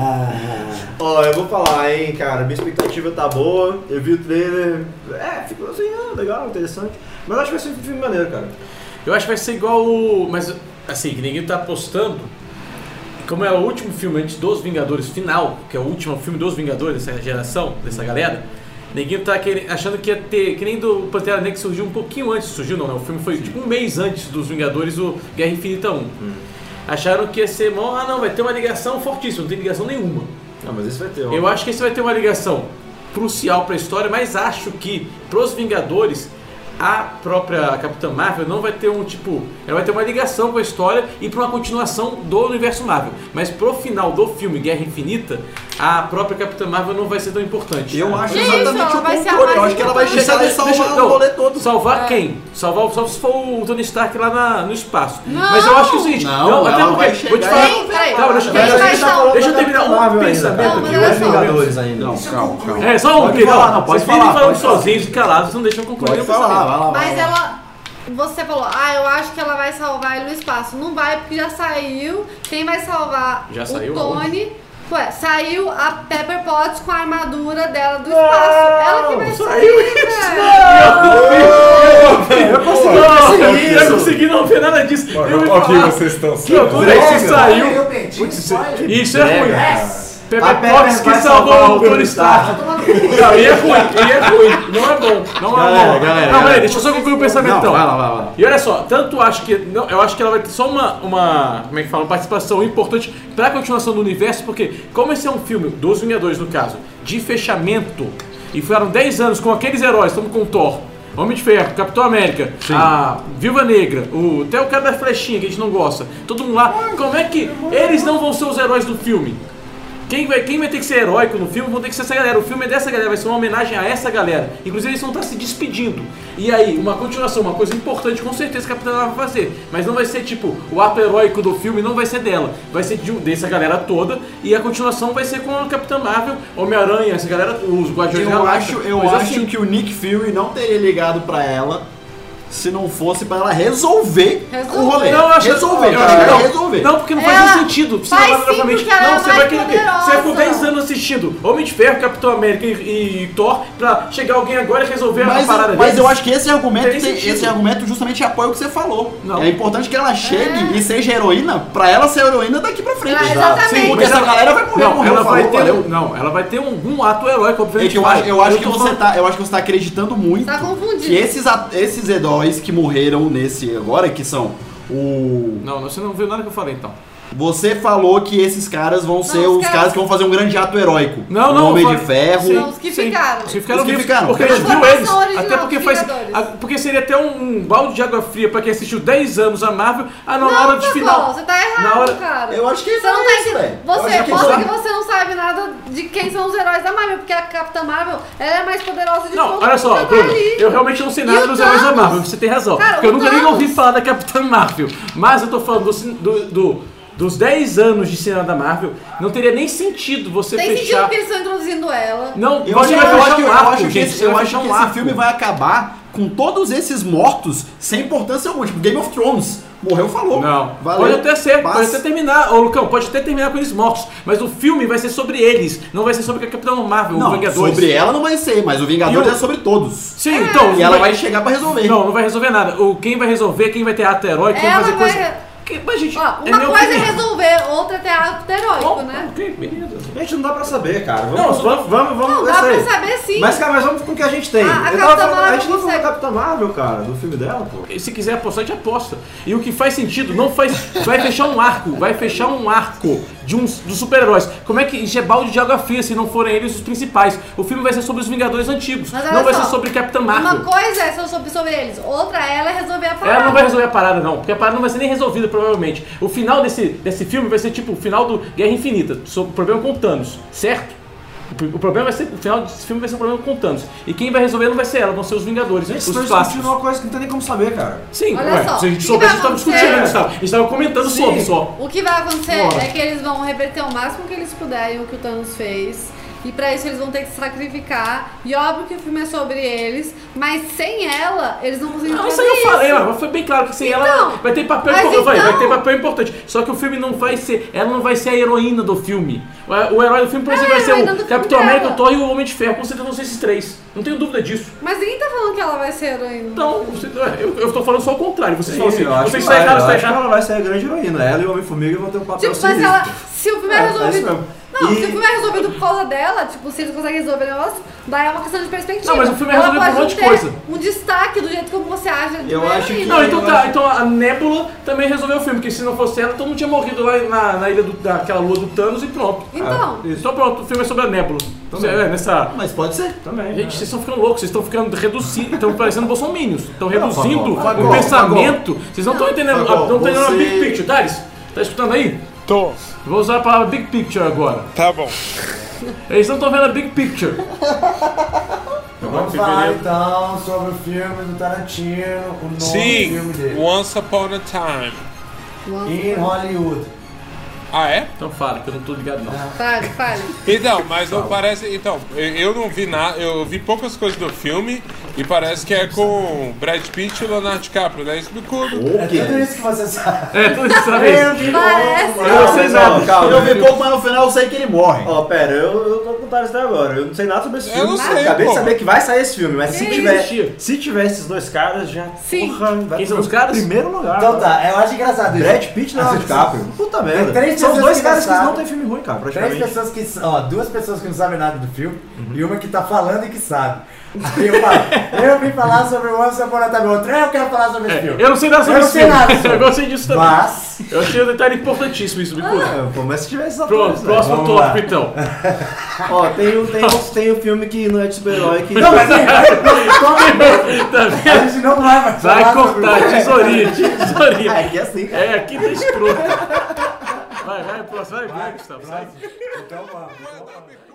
Ó, eu vou falar, hein, cara, minha expectativa tá boa, eu vi o trailer, ficou assim, legal, interessante, mas eu acho que vai ser um filme maneiro, cara. Eu acho que vai ser igual o... Mas, assim, que ninguém tá apostando. Como é o último filme antes dos Vingadores final, que é o último filme dos Vingadores dessa geração, dessa galera, ninguém tá achando que ia ter... Que nem do Pantera Negra que surgiu um pouquinho antes, surgiu não, né? O filme foi tipo um mês antes dos Vingadores, o Guerra Infinita 1. Acharam que ia ser... não, vai ter uma ligação fortíssima, não tem ligação nenhuma. Não, mas esse vai ter, ó. Eu acho que esse vai ter uma ligação crucial pra história, mas acho que pros Vingadores a própria Capitã Marvel não vai ter um tipo... Ela vai ter uma ligação com a história e pra uma continuação do universo Marvel. Mas pro final do filme Guerra Infinita, a própria Capitã Marvel não vai ser tão importante. Eu acho Que exatamente isso? Ela o vai ser a contrário. Eu mais acho que ela vai importante. chegar e salvar o rolê todo. Salvar quem? Salvar só se for o Tony Stark lá no espaço. Não! Mas eu acho que é o seguinte... Não, até ela porque... vai Vou te chegar falar... e- Peraí, Calma, deixa eu quem terminar. vai salvar? Deixa eu terminar um pensamento Não, aqui. mas Não olha é só. Vingadores ainda. Não, calma. É, só um Pode porque falar, não, pode vocês vivem falar, falando pode falar. sozinhos e calados, não deixam eu concluir Pode o falar, pensamento. vai lá. Mas ela... Você falou, eu acho que ela vai salvar ele no espaço. Não vai, porque já saiu. Quem vai salvar Já o saiu Tony... Ué, saiu a Pepper Potts com a armadura dela do espaço. Ela que vai sair, velho. Eu não consegui não ver nada disso. Eu ia Ok, falar vocês estão que quando isso saiu... Isso é ruim. A Pepper Pepper Potts que vai salvou salvar o o Tony Tony Stark. Não, ele é ruim. Não é bom. Não é bom. Não, peraí, deixa eu só concluir o pensamento então. Vai lá. E olha só, tanto acho que... Não, eu acho que ela vai ter só uma como é que fala? Uma participação importante pra continuação do universo, porque como esse é um filme dos Vingadores, no caso, de fechamento, e foram 10 anos com aqueles heróis, estamos com o Thor, Homem de Ferro, Capitão América, a Viúva Negra, até o cara da flechinha que a gente não gosta, todo mundo lá, como é que eles não vão ser os heróis do filme? Quem vai ter que ser heróico no filme vão ter que ser essa galera. O filme é dessa galera, vai ser uma homenagem a essa galera. Inclusive eles vão estar se despedindo. E aí, uma continuação, uma coisa importante, com certeza que a Capitã vai fazer. Mas não vai ser tipo, o ato heróico do filme não vai ser dela. Vai ser dessa galera toda. E a continuação vai ser com a Capitã Marvel, Homem-Aranha, essa galera, os Guardiões da Galáxia. Eu coisa acho assim. que o Nick Fury não teria ligado pra ela se não fosse pra ela resolver o rolê. Não, eu acho resolver. eu Eu acho acho que que não. ela resolver. Não, porque não Ela faz sentido. faz sim, Cinematograficamente. porque ela é Não, você mais vai querer ver. Você ficou poderosa. 10 anos assistindo Homem de Ferro, Capitão América e Thor pra chegar alguém agora e resolver a parada Mas deles. eu acho que esse argumento, Tem sentido. esse argumento justamente apoia o que você falou. Não. É importante que ela chegue e seja heroína pra ela ser heroína daqui pra frente. Exatamente. Porque essa galera vai morrer, Não, ela vai ter, valeu. ela vai ter algum ato heróico, É obviamente. que eu acho que você tá acreditando muito Tá confundindo. que esses heróis que morreram nesse agora, que são o... Não, você não viu nada que eu falei então. Você falou que esses caras vão ser os os caras- caras que vão fazer um grande ato heróico. Não, o não, Homem eu de falei- Ferro. Sim. Não, os que ficaram. Os que ficaram Os que vivos, ficaram. porque a gente Mas viu a eles. versão original Até porque dos faz. Vingadores. Porque seria até um balde de água fria pra quem assistiu 10 anos a Marvel. Ah, não, na Não, hora de Pacó, final. você tá errado, Na hora- cara. Eu acho que Você não é tá isso, entendendo. velho. Eu Você acho que mostra isso- que você não sabe nada de quem são os heróis da Marvel, porque a Capitã Marvel, ela é mais poderosa de Não, todos. olha só, que tá Bruno, ali. eu realmente não sei nada E o dos heróis da Thanos? Marvel, você tem razão. Cara, porque eu o nunca nem Thanos? ouvi falar da Capitã Marvel. Mas eu tô falando dos 10 anos de cinema da Marvel, não teria nem sentido você Tem sentido fechar... porque eles estão introduzindo ela. Não, Eu você acho vai fechar que um arco, gente. Você vai fechar um esse arco. filme vai acabar com todos esses mortos sem importância alguma. Tipo, Game of Thrones. Morreu, falou. Não, Valeu. pode até ser, Paz. pode até terminar, ô Lucão, pode até terminar com eles mortos, mas o filme vai ser sobre eles, não vai ser sobre a Capitão Marvel, o Não, Vingadores. sobre ela não vai ser, mas o Vingadores E o- é sobre todos. Sim, então... E ela vai chegar pra resolver. Não vai resolver nada. Quem vai resolver, quem vai ter ato heróico, quem vai Ela fazer vai... coisa... Mas, gente, Ó, é uma minha coisa é opinião. resolver, outra é ter ato heróico, Bom, né? ok, beleza. Gente, não dá pra saber, cara. Não, Vamos Não, ver dá isso aí. pra saber sim. Mas, cara, vamos com o que a gente tem. A Eu Capitã tava falando- a Marvel gente não falou da consegue. Capitã Marvel, cara, do filme dela, pô. E se quiser apostar, a gente aposta. E o que faz sentido, não faz. Vai fechar um arco dos super-heróis. Como é que isso é balde de água fria se não forem eles os principais? O filme vai ser sobre os Vingadores antigos. Mas olha Não vai só, ser sobre Capitã Uma Marvel. coisa é sobre eles, outra ela é resolver a parada. Ela não vai resolver a parada, não, porque a parada não vai ser nem resolvida, provavelmente. O final desse filme vai ser tipo o final do Guerra Infinita, sobre o problema com Thanos, certo? O problema vai ser, o final desse filme vai ser o problema com Thanos. E quem vai resolver não vai ser ela, vão ser os Vingadores, Gente, os vocês estão clássicos. discutindo uma coisa que não tem nem como saber, cara. Sim, Olha ué, só, se a o gente que soubesse, a vai gente tava acontecer? discutindo, a gente estava comentando sobre só. O que vai acontecer Bora. é que eles vão reverter o máximo que eles puderem o que o Thanos fez. E pra isso eles vão ter que se sacrificar. E óbvio que o filme é sobre eles, mas sem ela, eles não conseguem Não, fazer isso aí eu falei, mas foi bem claro que sem Então, ela vai ter papel mas importante. então- Vai ter papel importante. Só que o filme não vai ser. Ela não vai ser a heroína do filme. O herói do filme, por exemplo, a vai ser heroína do o filme Capitão dela. América, o Thor e o Homem de Ferro. Com certeza vão ser esses três. Não tenho dúvida disso. Mas ninguém tá falando que ela vai ser heroína. Então, eu tô falando só o contrário. Vocês falam assim, eu acho vocês que estão vai, errados, eu tá acho que errado. ela vai ser a grande heroína. Ela e o Homem-Formiga vão ter um papel Tipo, mas sinistro. ela. Se o filme é É isso resolvido. mesmo. Não, E- se o filme é resolvido por causa dela, tipo, se eles conseguem resolver o negócio, daí é uma questão de perspectiva. Não, mas o filme é Ela resolvido por um pode monte de ter coisa. Um destaque do jeito como você acha. de Eu uma acho que- heroína. Não, então eu tá. acho- Então a Nebula também resolveu o filme, porque se não fosse ela, todo mundo tinha morrido lá na ilha daquela lua do Thanos e pronto. Então. Então pronto, o filme é sobre a Nebula. Nessa. Mas pode ser. Também. Gente, vocês estão ficando loucos, vocês estão ficando reduzindo, estão parecendo bolsominions, estão reduzindo Fagol, o pensamento. Vocês não estão entendendo, Fagol, não estão entendendo a você- big picture, Thales? Tá escutando aí? Tô. Vou usar a palavra big picture agora. Tá bom. Eles não estão vendo a big picture. Vamos falar então sobre o filme do Tarantino, o novo Sim, filme dele. Once Upon a Time. Em Hollywood. Ah, é? Então fala, que eu não tô ligado não. Fale. Então, mas não parece. Então, eu não vi nada. Eu vi poucas coisas do filme e parece que é com Brad Pitt e Leonardo DiCaprio, né? Isso me conta. É tudo isso que você sabe. É, tudo isso outra vez. Parece. Eu não sei nada. Calma, Eu vi pouco, mas no final eu sei que ele morre. Ó, pera, eu tô com o Thales até agora. Eu não sei nada sobre esse Eu filme. não sei, Acabei pô. de saber que vai sair esse filme, mas isso? se tiver esses dois caras, já. Sim. Porra, vai Quem são pro os caras? Primeiro lugar. Então tá, eu acho engraçado isso. Brad Pitt e Leonardo DiCaprio. Puta merda. três São os pessoas dois que caras que não não sabem. tem filme ruim, cara, Três praticamente. pessoas que. Ó, duas pessoas que não sabem nada do filme e uma que tá falando e que sabe. Aí eu falo, eu vim falar sobre o Once Upon a Time. Outro, eu quero falar sobre esse filme. Eu não sei nada sobre Eu não esse sei filme. nada sobre. Eu gostei disso também. Mas. Eu achei um detalhe importantíssimo isso, Bicuda. É, pô, mas se tivesse essa Pronto, próximo Vamos tópico lá. então. Ó, tem um filme que não é de super-herói que. Não, mas Tá a vendo? gente não vai Vai falar sobre cortar, o- tesourinha, tesourinha. É, que é assim, cara. É, aqui tá escroto. Vai, próximo. Vai, Gustavo. Sai. Então vamos.